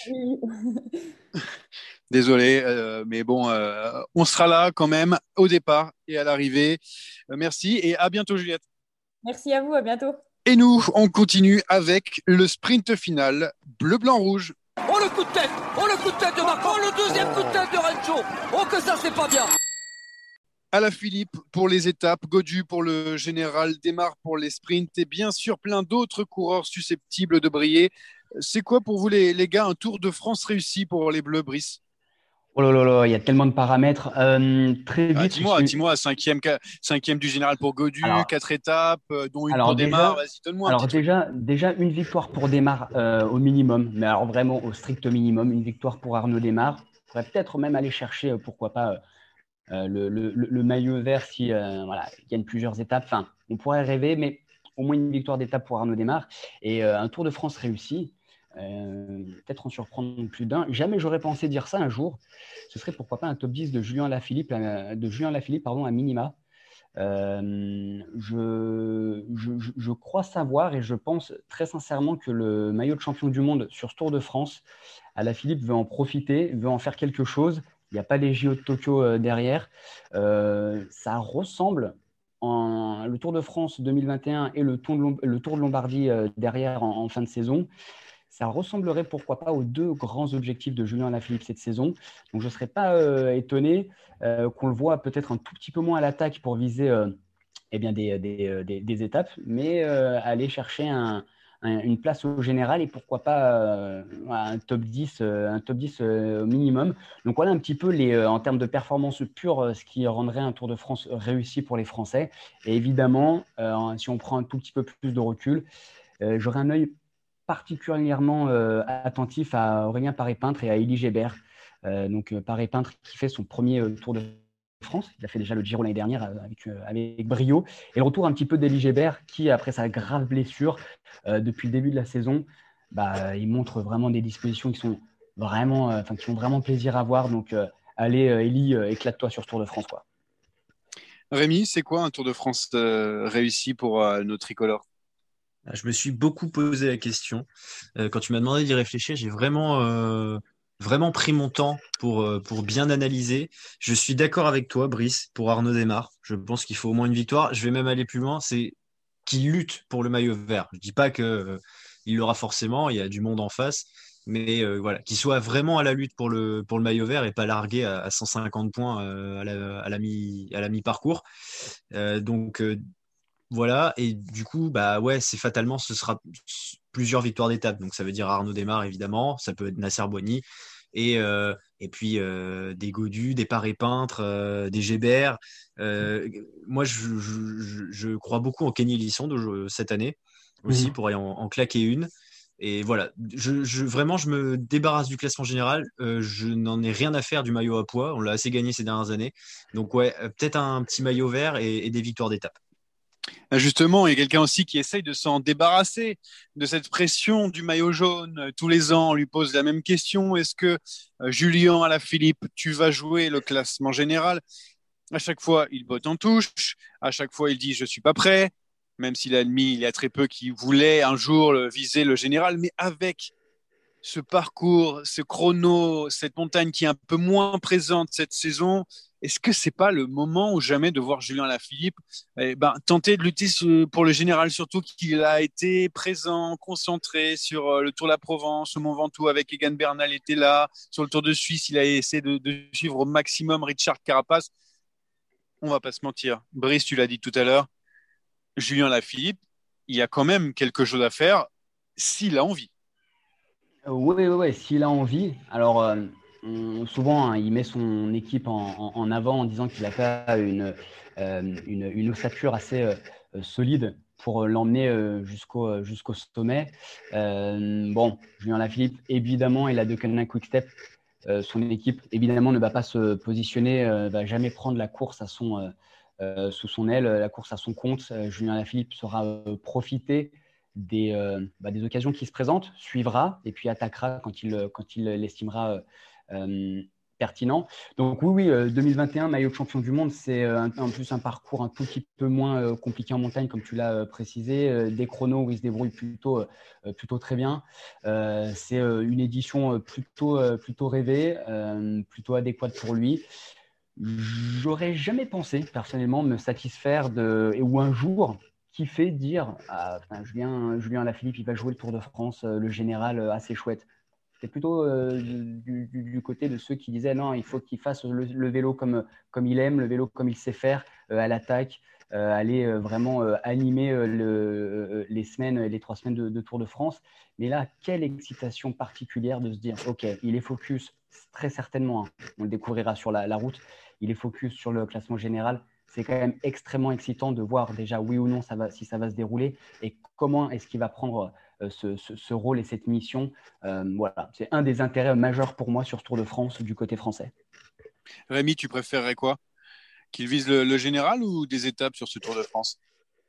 Désolé, euh, mais bon, euh, on sera là quand même au départ et à l'arrivée. Euh, merci et à bientôt, Juliette. Merci à vous, à bientôt. Et nous, on continue avec le sprint final bleu, blanc, rouge. Oh le coup de tête, oh le coup de tête de Marco, oh, le deuxième coup de tête de Rencho. Oh que ça c'est pas bien. Alaphilippe pour les étapes, Gaudu pour le général, Démare pour les sprints et bien sûr plein d'autres coureurs susceptibles de briller. C'est quoi pour vous les, les gars un Tour de France réussi pour les Bleus, Brice? Oh là là là, il y a tellement de paramètres. Euh, très vite. Ah, dis-moi, je... dis-moi, cinquième, cinquième du général pour Gaudu, alors, quatre étapes, dont une alors pour déjà, Démare. Vas-y, donne-moi alors un petit déjà, déjà, une victoire pour Démare euh, au minimum, mais alors vraiment au strict minimum, une victoire pour Arnaud Démare. On pourrait peut-être même aller chercher, euh, pourquoi pas, euh, le, le, le maillot vert si euh, voilà, il gagne plusieurs étapes. Enfin, on pourrait rêver, mais au moins une victoire d'étape pour Arnaud Démare et euh, un Tour de France réussi. Euh, peut-être en surprendre plus d'un. Jamais j'aurais pensé dire ça un jour. Ce serait pourquoi pas un top dix de Julien Alaphilippe, de Julien Alaphilippe pardon, à minima. Euh, je, je, je crois savoir et je pense très sincèrement que le maillot de champion du monde sur ce Tour de France, Alaphilippe veut en profiter, veut en faire quelque chose. Il n'y a pas les J O de Tokyo euh, derrière. Euh, ça ressemble en, le Tour de France deux mille vingt et un et le Tour de, le tour de Lombardie euh, derrière en, en fin de saison. Ça ressemblerait pourquoi pas aux deux grands objectifs de Julien Alaphilippe cette saison. Donc je ne serais pas euh, étonné euh, qu'on le voit peut-être un tout petit peu moins à l'attaque pour viser euh, eh bien des, des, des, des étapes, mais euh, aller chercher un, un, une place au général et pourquoi pas euh, un top dix, euh, un top dix euh, au minimum. Donc voilà un petit peu les, euh, en termes de performance pure, euh, ce qui rendrait un Tour de France réussi pour les Français. Et évidemment, euh, si on prend un tout petit peu plus de recul, euh, j'aurais un œil particulièrement euh, attentif à Aurélien Paré-Peintre et à Élie Gébert. Euh, donc euh, Paré-Peintre qui fait son premier euh, Tour de France. Il a fait déjà le Giro l'année dernière euh, avec, euh, avec brio. Et le retour un petit peu d'Élie Gébert qui, après sa grave blessure, euh, depuis le début de la saison, bah, il montre vraiment des dispositions qui sont vraiment, euh, qui font vraiment plaisir à voir. Donc euh, allez, euh, Élie, euh, éclate-toi sur ce Tour de France, quoi. Rémi, c'est quoi un Tour de France euh, réussi pour euh, nos tricolores? Je me suis beaucoup posé la question. Euh, quand tu m'as demandé d'y réfléchir, j'ai vraiment, euh, vraiment pris mon temps pour, euh, pour bien analyser. Je suis d'accord avec toi, Brice, pour Arnaud Démare. Je pense qu'il faut au moins une victoire. Je vais même aller plus loin, c'est qu'il lutte pour le maillot vert. Je dis pas que euh, il l'aura forcément, il y a du monde en face, mais euh, voilà, qu'il soit vraiment à la lutte pour le, pour le maillot vert et pas largué à, à cent cinquante points euh, à, la, à, la mi, à la mi-parcours. Euh, donc, euh, voilà, et du coup, bah ouais, c'est fatalement, ce sera plusieurs victoires d'étape. Donc ça veut dire Arnaud Démare, évidemment, ça peut être Nasser Boigny, et, euh, et puis euh, des Godu, des Paré-Peintre, euh, des Gébert. Euh, moi, je, je, je, je crois beaucoup en Kenny Elissonde euh, cette année aussi, Mhm. pour aller en, en claquer une. Et voilà, je, je, vraiment, je me débarrasse du classement général. Euh, je n'en ai rien à faire du maillot à poids. On l'a assez gagné ces dernières années. Donc, ouais, euh, peut-être un petit maillot vert et, et des victoires d'étape. Justement, il y a quelqu'un aussi qui essaye de s'en débarrasser de cette pression du maillot jaune. Tous les ans, on lui pose la même question. Est-ce que euh, Julien Alaphilippe, tu vas jouer le classement général? À chaque fois, il botte en touche. À chaque fois, il dit « je suis pas prêt », même s'il a admis il y a très peu qu'il voulait un jour viser le général. Mais avec ce parcours, ce chrono, cette montagne qui est un peu moins présente cette saison, est-ce que c'est pas le moment ou jamais de voir Julien Alaphilippe eh ben, tenter de lutter pour le général, surtout qu'il a été présent, concentré sur le Tour de la Provence, au Mont Ventoux avec Egan Bernal était là, sur le Tour de Suisse, il a essayé de, de suivre au maximum Richard Carapace. On va pas se mentir, Brice, tu l'as dit tout à l'heure, Julien Alaphilippe, il y a quand même quelque chose à faire s'il a envie. Oui, oui, oui, s'il a envie. Alors, euh, on- souvent, hein, il met son équipe en, en- en avant en disant qu'il a pas une, euh, une, une ossature assez euh, solide pour euh, l'emmener euh, jusqu'au euh, jusqu'au sommet. Euh, bon, Julien Alaphilippe, évidemment, il a de Deceuninck Quick-Step. Euh, son équipe, évidemment, ne va pas se positionner, ne va jamais prendre la course à son, euh, euh, sous son aile, la course à son compte. Euh, Julien Alaphilippe saura euh, profiter des, euh, bah, des occasions qui se présentent, suivra et puis attaquera quand il, quand il l'estimera euh, pertinent. Donc oui, oui, euh, deux mille vingt et un, maillot de champion du monde, c'est euh, en plus un parcours un tout petit peu moins euh, compliqué en montagne, comme tu l'as euh, précisé, euh, des chronos où il se débrouille plutôt, euh, plutôt très bien. Euh, c'est euh, une édition plutôt, euh, plutôt rêvée, euh, plutôt adéquate pour lui. J'aurais jamais pensé, personnellement, me satisfaire de, ou un jour kiffer dire ah, enfin, Julien, Julien Alaphilippe, il va jouer le Tour de France, euh, le général, euh, assez chouette. C'était plutôt euh, du, du, du côté de ceux qui disaient non, il faut qu'il fasse le, le vélo comme, comme il aime, le vélo comme il sait faire, euh, à l'attaque, euh, aller euh, vraiment euh, animer euh, le, euh, les semaines, les trois semaines de, de Tour de France. Mais là, quelle excitation particulière de se dire ok, il est focus, très certainement, hein, on le découvrira sur la, la route, il est focus sur le classement général. C'est quand même extrêmement excitant de voir déjà oui ou non ça va, si ça va se dérouler et comment est-ce qu'il va prendre euh, ce, ce, ce rôle et cette mission. Euh, voilà, c'est un des intérêts majeurs pour moi sur ce Tour de France du côté français. Rémi, tu préférerais quoi? Qu'il vise le, le général ou des étapes sur ce Tour de France?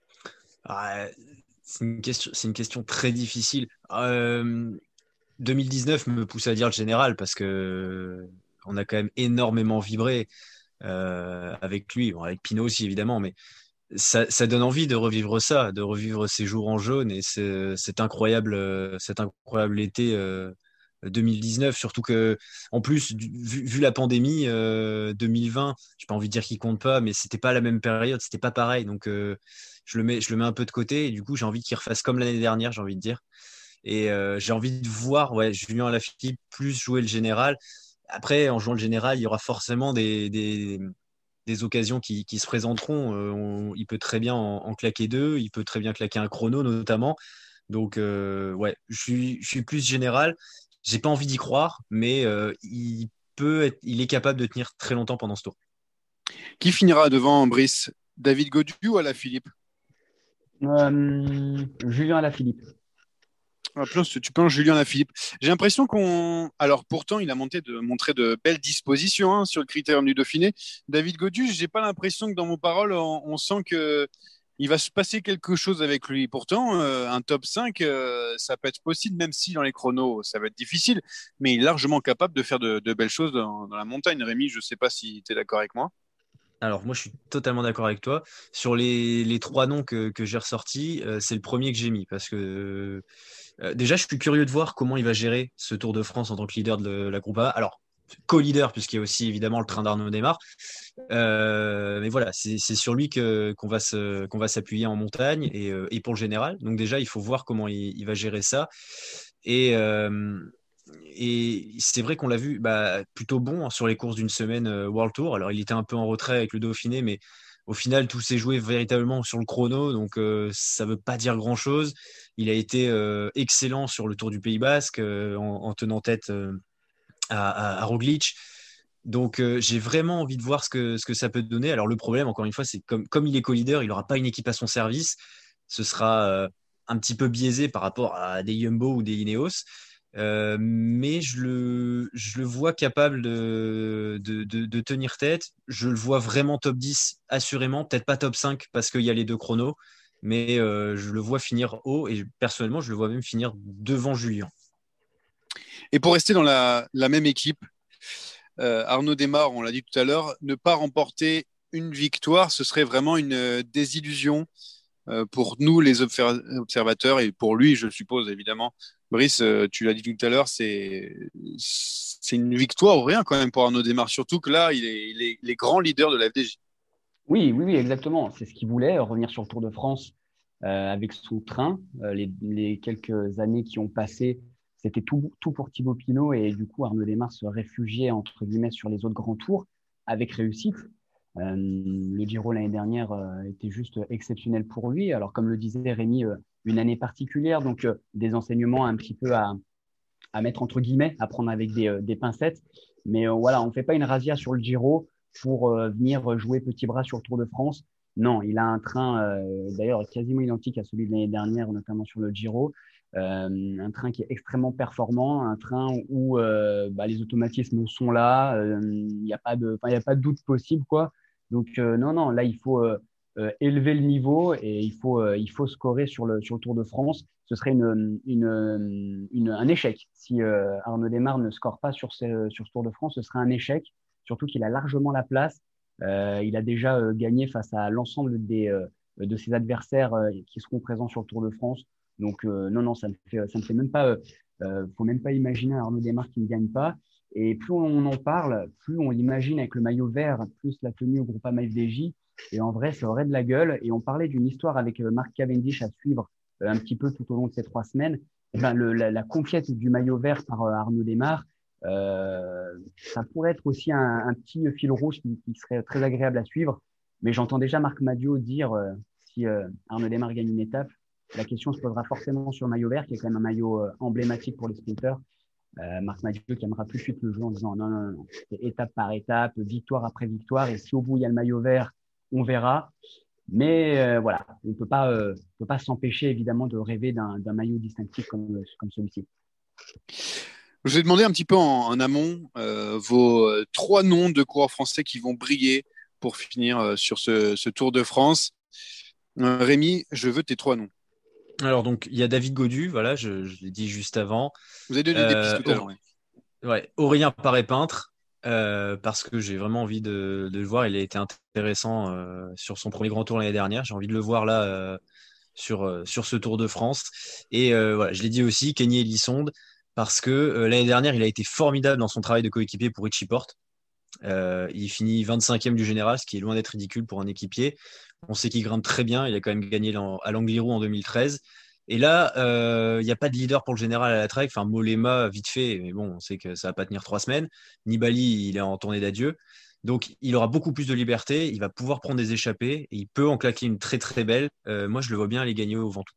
ah, c'est, une question, c'est une question très difficile. Euh, deux mille dix-neuf me pousse à dire le général parce que on a quand même énormément vibré. Euh, avec lui, bon, avec Pinot aussi évidemment, mais ça, ça donne envie de revivre ça, de revivre ces jours en jaune et c'est, cet incroyable, euh, cet incroyable été euh, deux mille dix-neuf, surtout que en plus du- vu, vu la pandémie euh, deux mille vingt, j'ai pas envie de dire qu'il compte pas, mais c'était pas la même période, c'était pas pareil, donc euh, je le mets, je le mets un peu de côté et du coup j'ai envie qu'il refasse comme l'année dernière, j'ai envie de dire. Et euh, j'ai envie de voir ouais, Julien Alaphilippe plus jouer le général. Après, en jouant le général, il y aura forcément des, des, des occasions qui, qui se présenteront. Euh, on- il peut très bien en, en claquer deux, il peut très bien claquer un chrono notamment. Donc, euh, ouais, je suis, je suis plus général. J'ai pas envie d'y croire, mais euh, il peut être, il est capable de tenir très longtemps pendant ce tour. Qui finira devant Brice? David Gaudu ou Alaphilippe? Euh, Julien Alaphilippe. Ah, tu penses Julien Alaphilippe? J'ai l'impression qu'on. Alors pourtant, il a monté de, montré de belles dispositions hein, sur le critérium du Dauphiné. David Gaudu, j'ai pas l'impression que dans mon parole, on, on sent que il va se passer quelque chose avec lui. Pourtant, euh, un top cinq, euh, ça peut être possible, même si dans les chronos, ça va être difficile. Mais il est largement capable de faire de, de belles choses dans, dans la montagne. Rémi, je sais pas si tu es d'accord avec moi. Alors, moi, je suis totalement d'accord avec toi. Sur les, les trois noms que, que j'ai ressortis, euh, c'est le premier que j'ai mis parce que euh, déjà, je suis curieux de voir comment il va gérer ce Tour de France en tant que leader de la groupe A. Alors, co-leader, puisqu'il y a aussi évidemment le train d'Arnaud Démare. Euh, mais voilà, c'est, c'est sur lui que, qu'on va, se, qu'on va s'appuyer en montagne et, euh, et pour le général. Donc, déjà, il faut voir comment il, il va gérer ça. Et. Euh, et c'est vrai qu'on l'a vu bah, plutôt bon hein, sur les courses d'une semaine euh, World Tour. Alors, il était un peu en retrait avec le Dauphiné, mais Au final, tout s'est joué véritablement sur le chrono, donc euh, ça ne veut pas dire grand-chose. Il a été euh, excellent sur le Tour du Pays Basque euh, en, en tenant tête euh, à, à, à Roglic. Donc euh, j'ai vraiment envie de voir ce que, ce que ça peut donner. Alors le problème, encore une fois, c'est que comme, comme il est co-leader, il n'aura pas une équipe à son service. Ce sera euh, un petit peu biaisé par rapport à des Jumbo ou des Ineos. Euh, mais je le, je le vois capable de, de, de, de tenir tête. Je le vois vraiment top dix, assurément. Peut-être pas top cinq parce qu'il y a les deux chronos, mais euh, je le vois finir haut et personnellement, je le vois même finir devant Julien. Et pour rester dans la, la même équipe, euh, Arnaud Démare, on l'a dit tout à l'heure, ne pas remporter une victoire, ce serait vraiment une euh, désillusion euh, pour nous, les observ- observateurs, et pour lui, je suppose, évidemment. Brice, tu l'as dit tout à l'heure, c'est, c'est une victoire ou rien quand même pour Arnaud Démare, surtout que là, il est, il est, il est grand leader de la F D J. Oui, oui, oui, exactement. C'est ce qu'il voulait, revenir sur le Tour de France euh, avec son train. Euh, les, les quelques années qui ont passé, c'était tout, tout pour Thibaut Pinot et du coup, Arnaud Démare se réfugiait entre guillemets sur les autres grands tours avec réussite. Euh, le Giro l'année dernière euh, était juste exceptionnel pour lui. Alors, comme le disait Rémi, euh, une année particulière, donc euh, des enseignements un petit peu à, à mettre entre guillemets, à prendre avec des, euh, des pincettes. Mais euh, voilà, on ne fait pas une razzia sur le Giro pour euh, venir jouer petit bras sur le Tour de France. Non, il a un train euh, d'ailleurs quasiment identique à celui de l'année dernière, notamment sur le Giro. Euh, un train qui est extrêmement performant, un train où euh, bah, les automatismes sont là, il euh, n'y a pas de, il y a pas de doute possible, quoi. Donc euh, non, non, là il faut euh, euh, élever le niveau et il faut, euh, il faut scorer sur le, sur le Tour de France. Ce serait une, une, une, un échec si euh, Arnaud Démare ne score pas sur ce, sur ce Tour de France. Ce serait un échec, surtout qu'il a largement la place. Euh, il a déjà euh, gagné face à l'ensemble des, euh, de ses adversaires euh, qui seront présents sur le Tour de France. Donc euh, non, non, ça ne fait, ça me fait même pas, euh, euh, faut même pas imaginer un Arnaud Démare qui ne gagne pas. Et plus on en parle, plus on l'imagine avec le maillot vert, plus la tenue au Groupama F D J. Et en vrai, ça aurait de la gueule. Et on parlait d'une histoire avec Mark Cavendish à suivre euh, un petit peu tout au long de ces trois semaines. Et ben, le, la, la conquête du maillot vert par euh, Arnaud Démare, euh, ça pourrait être aussi un, un petit fil rouge qui, qui serait très agréable à suivre. Mais j'entends déjà Marc Madiot dire euh, si euh, Arnaud Démare gagne une étape, la question se posera forcément sur le maillot vert, qui est quand même un maillot euh, emblématique pour les sprinteurs. Euh, Marc Madiot qui aimera plus de suite le jeu en disant non, non, non, c'est étape par étape, victoire après victoire, et si au bout il y a le maillot vert, on verra. Mais euh, voilà, on ne peut pas, euh, peut pas s'empêcher évidemment de rêver d'un, d'un maillot distinctif comme, comme celui-ci. Je vous ai demandé un petit peu en, en amont euh, vos euh, trois noms de coureurs français qui vont briller pour finir euh, sur ce, ce Tour de France. Euh, Rémi, je veux tes trois noms. Alors, donc, il y a David Gaudu, voilà, je, je l'ai dit juste avant. Vous avez donné euh, des pistes tout à l'heure. Ouais. Ouais, Aurélien Paré-Peintre, euh, parce que j'ai vraiment envie de, de le voir. Il a été intéressant euh, sur son premier grand tour l'année dernière. J'ai envie de le voir là euh, sur, euh, sur ce Tour de France. Et euh, voilà, je l'ai dit aussi, Kenny Elissonde, parce que euh, l'année dernière, il a été formidable dans son travail de coéquipier pour Richie Porte. Euh, il finit vingt-cinquième du général, ce qui est loin d'être ridicule pour un équipier. On sait qu'il grimpe très bien. Il a quand même gagné à l'Angliru en deux mille treize. Et là, il euh, n'y a pas de leader pour le général à la Trek. Enfin, Mollema, vite fait, mais bon, on sait que ça ne va pas tenir trois semaines. Nibali, il est en tournée d'adieu. Donc, il aura beaucoup plus de liberté. Il va pouvoir prendre des échappées. Et il peut en claquer une très, très belle. Euh, moi, je le vois bien aller gagner au Ventoux.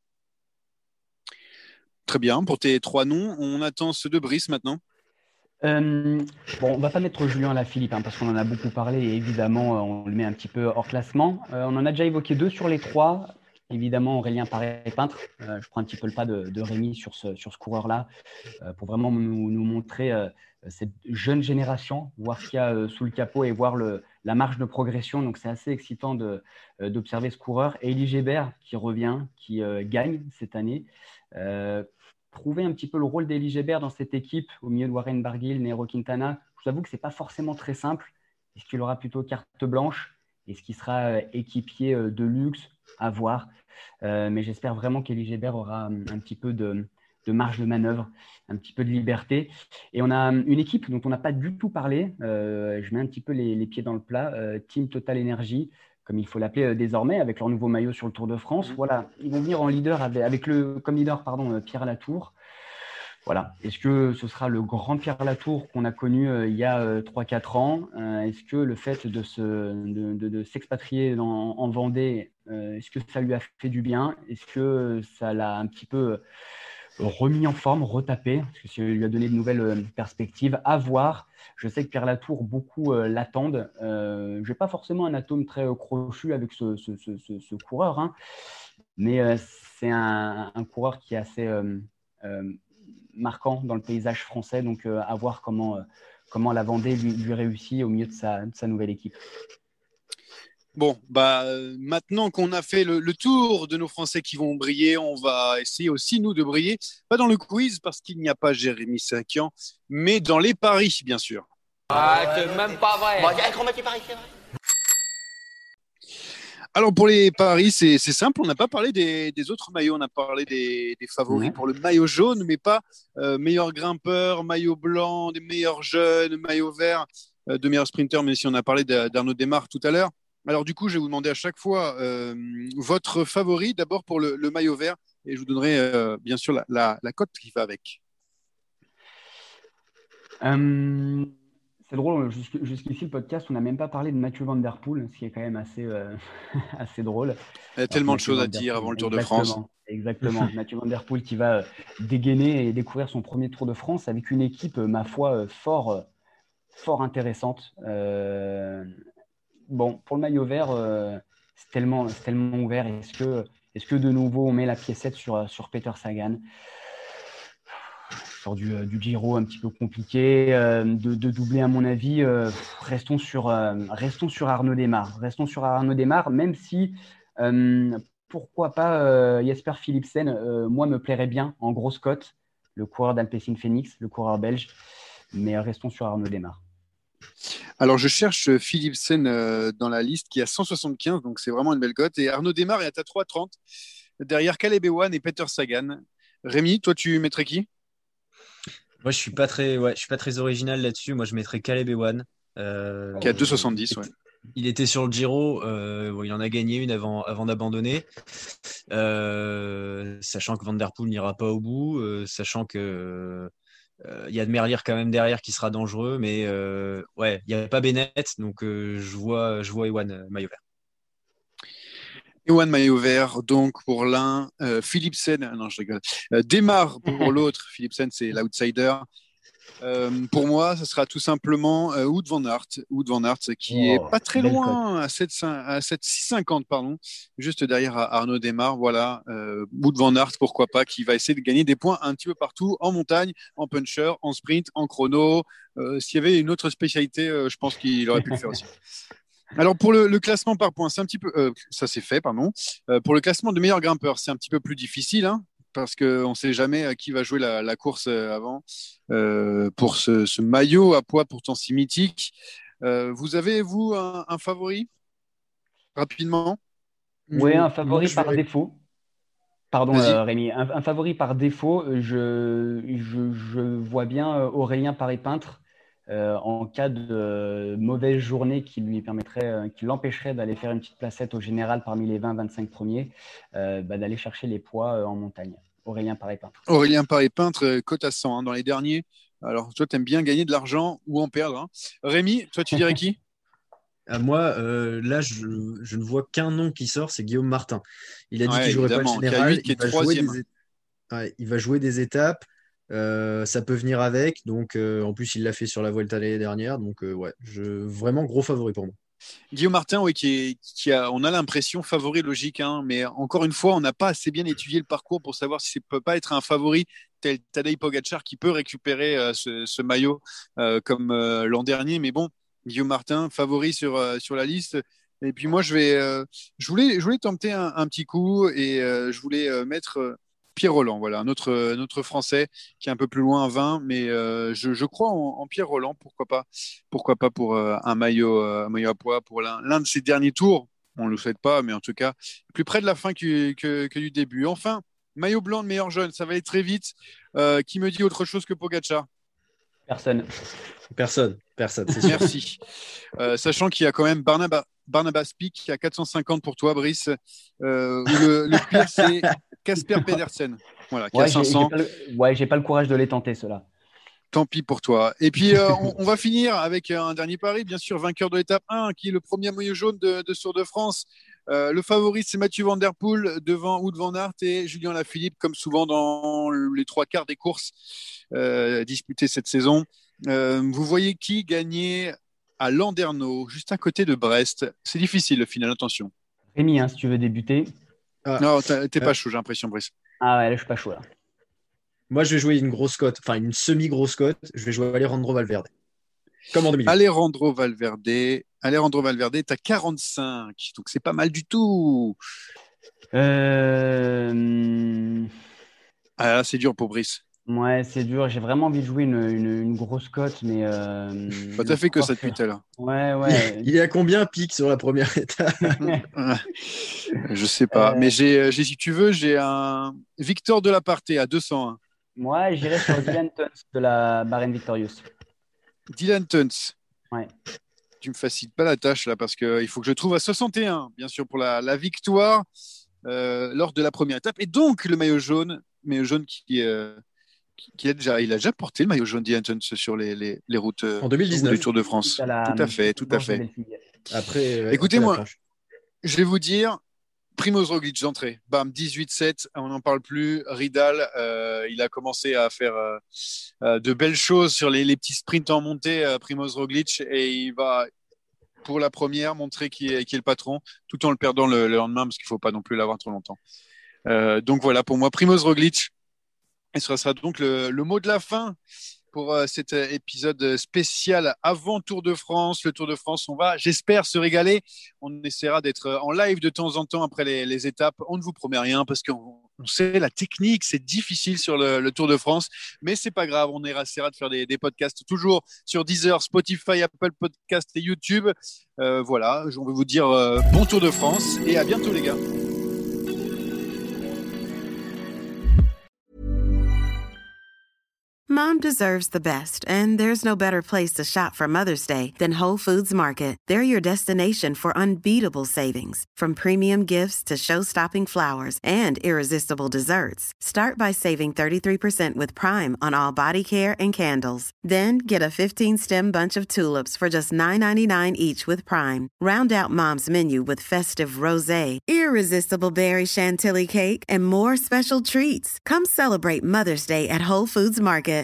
Très bien. Pour tes trois noms, on attend ceux de Brice maintenant. Euh, bon, on va pas mettre Julien Alaphilippe hein, parce qu'on en a beaucoup parlé et évidemment on le met un petit peu hors classement. Euh, on en a déjà évoqué deux sur les trois. Évidemment Aurélien Paré-Peintre. Euh, je prends un petit peu le pas de, de Rémi sur ce, sur ce coureur-là euh, pour vraiment nous, nous montrer euh, cette jeune génération, voir ce qu'il y a euh, sous le capot et voir le, la marge de progression. Donc c'est assez excitant de, euh, d'observer ce coureur. Et Elie Gébert qui revient, qui euh, gagne cette année. Euh, Trouver un petit peu le rôle d'Elie Gébert dans cette équipe au milieu de Warren Barguil, Nairo Quintana. Je vous avoue que ce n'est pas forcément très simple. Est-ce qu'il aura plutôt carte blanche? Est-ce qu'il sera équipier de luxe? À voir. Euh, mais j'espère vraiment qu'Elie Gébert aura un petit peu de, de marge de manœuvre, un petit peu de liberté. Et on a une équipe dont on n'a pas du tout parlé. Euh, je mets un petit peu les, les pieds dans le plat. Euh, Team Total Energy, comme il faut l'appeler désormais, avec leur nouveau maillot sur le Tour de France. Voilà, ils vont venir en leader avec, avec le, comme leader pardon, Pierre Latour. Voilà. Est-ce que ce sera le grand Pierre Latour qu'on a connu euh, il y a euh, trois quatre ans euh, Est-ce que le fait de, se, de, de, de s'expatrier dans, en Vendée, euh, est-ce que ça lui a fait du bien? Est-ce que ça l'a un petit peu remis en forme, retapé? Est-ce que ça lui a donné de nouvelles euh, perspectives? À voir. Je sais que Pierre Latour, beaucoup euh, l'attendent. Euh, je n'ai pas forcément un atome très euh, crochu avec ce, ce, ce, ce, ce coureur, hein, mais euh, c'est un, un coureur qui est assez... Euh, euh, marquant dans le paysage français, donc euh, à voir comment, euh, comment la Vendée lui, lui réussit au milieu de sa, de sa nouvelle équipe. Bon, bah, euh, maintenant qu'on a fait le, le tour de nos Français qui vont briller, on va essayer aussi, nous, de briller, pas dans le quiz, parce qu'il n'y a pas Jérémy Sakian, mais dans les paris, bien sûr. Ah, c'est même pas vrai. Bon, on met les paris, c'est vrai. Alors pour les paris, c'est, c'est simple, on n'a pas parlé des, des autres maillots, on a parlé des, des favoris ouais. pour le maillot jaune, mais pas euh, meilleur grimpeur, maillot blanc, des meilleurs jeunes, maillot vert, euh, de meilleurs sprinters, même si on a parlé d'Arnaud Démare tout à l'heure. Alors du coup, je vais vous demander à chaque fois euh, votre favori, d'abord pour le, le maillot vert, et je vous donnerai euh, bien sûr la, la, la cote qui va avec. Euh... C'est drôle, jusqu'ici, le podcast, on n'a même pas parlé de Mathieu Van Der Poel, ce qui est quand même assez, euh, assez drôle. Il y a tellement de choses à dire avant le Tour de France. Exactement. Mathieu Van Der Poel qui va dégainer et découvrir son premier Tour de France avec une équipe, ma foi, fort, fort intéressante. Euh... Bon, pour le maillot vert, euh, c'est, tellement, c'est tellement ouvert. Est-ce que, est-ce que de nouveau, on met la piécette sur, sur Peter Sagan ? Sur du, du Giro un petit peu compliqué, euh, de, de doubler à mon avis. Euh, restons, sur, euh, restons sur Arnaud Démare. Restons sur Arnaud Démare, même si, euh, pourquoi pas, euh, Jesper Philipsen, euh, moi, me plairait bien en grosse cote, le coureur d'Alpecin Phoenix, le coureur belge, mais restons sur Arnaud Démare. Alors, je cherche Philipsen euh, dans la liste qui a cent soixante-quinze, donc c'est vraiment une belle cote. Et Arnaud Démare est à trois trente, derrière Caleb Ewan et Peter Sagan. Rémi, toi, tu mettrais qui ? Moi, je suis pas très, ouais, je suis pas très original là-dessus. Moi, je mettrais Caleb Ewan. Euh, qui a deux soixante-dix, ouais. Il était sur le Giro. Euh, bon, il en a gagné une avant, avant d'abandonner. Euh, sachant que Van Der Poel n'ira pas au bout, euh, sachant que euh, il y a de Merlier quand même derrière qui sera dangereux, mais euh, ouais, il n'y a pas Bennett, donc euh, je vois, je vois Ewan euh, maillot vert. Ewan maillot vert, donc pour l'un, euh, Philipsen, non je rigole, euh, Démare pour l'autre, Philipsen c'est l'outsider. Euh, pour moi, ce sera tout simplement euh, Wout van Aert, Wout van Aert qui oh, est pas très loin à sept six cinquante pardon, juste derrière Arnaud Démare. Voilà, euh, Wout van Aert pourquoi pas, qui va essayer de gagner des points un petit peu partout, en montagne, en puncher, en sprint, en chrono. Euh, s'il y avait une autre spécialité, euh, je pense qu'il aurait pu le faire aussi. Alors pour le, le classement par points, c'est un petit peu, euh, ça c'est fait, pardon. Euh, pour le classement de meilleur grimpeur, c'est un petit peu plus difficile, hein, parce qu'on ne sait jamais à qui va jouer la, la course avant. Euh, pour ce, ce maillot à poids pourtant si mythique, euh, vous avez vous un, un favori rapidement? Oui, un favori Moi, par vais... défaut. Pardon euh, Rémi, un, un favori par défaut. Je, je, je vois bien Aurélien Paré-Peintre. Euh, en cas de euh, mauvaise journée qui lui permettrait, euh, qui l'empêcherait d'aller faire une petite placette au général parmi les vingt vingt-cinq premiers, euh, bah, d'aller chercher les poids euh, en montagne. Aurélien Paré-Peintre. Aurélien Paré-Peintre, euh, cote à cent hein, dans les derniers. Alors, toi, tu aimes bien gagner de l'argent ou en perdre. Hein. Rémi, toi, tu dirais qui? À moi, euh, là, je, je ne vois qu'un nom qui sort, c'est Guillaume Martin. Il a dit ouais, qu'il ne jouerait pas le général. Qui est il, va troisième. Jouer des... ouais, il va jouer des étapes. Euh, ça peut venir avec, donc euh, en plus il l'a fait sur la Vuelta l'année dernière, donc euh, ouais, je, vraiment gros favori pour moi. Guillaume Martin, oui, qui, est, qui a, on a l'impression favori logique, hein, mais encore une fois, on n'a pas assez bien étudié le parcours pour savoir si ça peut pas être un favori tel Tadej Pogačar qui peut récupérer euh, ce, ce maillot euh, comme euh, l'an dernier, mais bon, Guillaume Martin favori sur euh, sur la liste. Et puis moi, je vais, euh, je voulais, je voulais tenter un, un petit coup et euh, je voulais euh, mettre euh, Pierre Rolland, voilà, notre, notre Français qui est un peu plus loin à vingt, mais euh, je, je crois en, en Pierre Rolland, pourquoi pas, pourquoi pas pour euh, un, maillot, euh, un maillot à poids, pour l'un, l'un de ses derniers tours, on ne le souhaite pas, mais en tout cas, plus près de la fin que, que, que du début. Enfin, maillot blanc de meilleur jeune, ça va aller très vite. Euh, qui me dit autre chose que Pogačar? Personne. Personne, personne, c'est sûr. Merci. Euh, sachant qu'il y a quand même Barnabas, Barnabas Pic qui a quatre cent cinquante pour toi, Brice. Euh, le, le pire, c'est Casper Pedersen. Voilà, qui Ouais, a j'ai, cinq cents. j'ai pas le... ouais, j'ai pas le courage de les tenter, ceux-là. Tant pis pour toi. Et puis, euh, on, on va finir avec un dernier pari, bien sûr, vainqueur de l'étape un, qui est le premier maillot jaune de, de Tour de France. Euh, le favori, c'est Mathieu Van Der Poel devant Wout van Aert et Julien Lafilippe, comme souvent dans les trois quarts des courses euh, disputées cette saison. Euh, vous voyez qui gagner à Landerneau, juste à côté de Brest? C'est difficile, le final, attention. Rémi, hein, si tu veux débuter. Ah. Non, t'es pas Euh. chaud, j'ai l'impression, Brice. Ah ouais, là, je suis pas chaud, là. Moi, je vais jouer une grosse cote, enfin une semi-grosse cote. Je vais jouer Alejandro Valverde. Comme en deux mille huit. Alejandro Valverde, Alejandro Valverde est à quarante-cinq, donc c'est pas mal du tout. Euh... Ah, là, c'est dur pour Brice. Ouais, c'est dur. J'ai vraiment envie de jouer une, une, une grosse cote, mais. Euh... Bah, t'as fait que ça depuis tout à l'heure. Ouais, ouais. Il est à combien pique sur la première étape? Je sais pas, Euh. mais j'ai, j'ai, si tu veux, j'ai un Victor Delaparté à deux cent un. Moi, j'irais sur Dylan Tuns de la Bahrain Victorious. Dylan Tuns. Ouais. Tu me facilites pas la tâche là parce qu'il faut que je trouve à soixante et un, bien sûr, pour la, la victoire euh, lors de la première étape. Et donc, le maillot jaune, maillot jaune qui, euh, qui, qui a déjà, il a déjà porté le maillot jaune Dylan Tuns sur les, les, les routes euh, En deux mille dix-neuf. du Tour de France. À la- Tout à fait, tout à fait. Après, ouais, Écoutez-moi. après la planche. Je vais vous dire, Primoz Roglic d'entrée. Bam, dix-huit sept, on n'en parle plus. Ridal, euh, il a commencé à faire euh, euh, de belles choses sur les, les petits sprints en montée, euh, Primoz Roglic, et il va, pour la première, montrer qui est, qui est le patron, tout en le perdant le, le lendemain, parce qu'il ne faut pas non plus l'avoir trop longtemps. Euh, donc voilà, pour moi, Primoz Roglic, et ce sera donc le, le mot de la fin pour euh, cet euh, épisode spécial avant Tour de France. Le Tour de France, on va, j'espère, se régaler. On essaiera d'être en live de temps en temps après les, les étapes. On ne vous promet rien parce qu'on on sait la technique, c'est difficile sur le, le Tour de France, mais c'est pas grave. On essaiera de faire des, des podcasts toujours sur Deezer, Spotify, Apple Podcasts et YouTube. Euh, voilà, on veut vous dire euh, bon Tour de France et à bientôt les gars. Mom deserves the best, and there's no better place to shop for Mother's Day than Whole Foods Market. They're your destination for unbeatable savings, from premium gifts to show-stopping flowers and irresistible desserts. Start by saving thirty-three percent with Prime on all body care and candles. Then get a fifteen-stem bunch of tulips for just nine ninety-nine each with Prime. Round out Mom's menu with festive rosé, irresistible berry chantilly cake, and more special treats. Come celebrate Mother's Day at Whole Foods Market.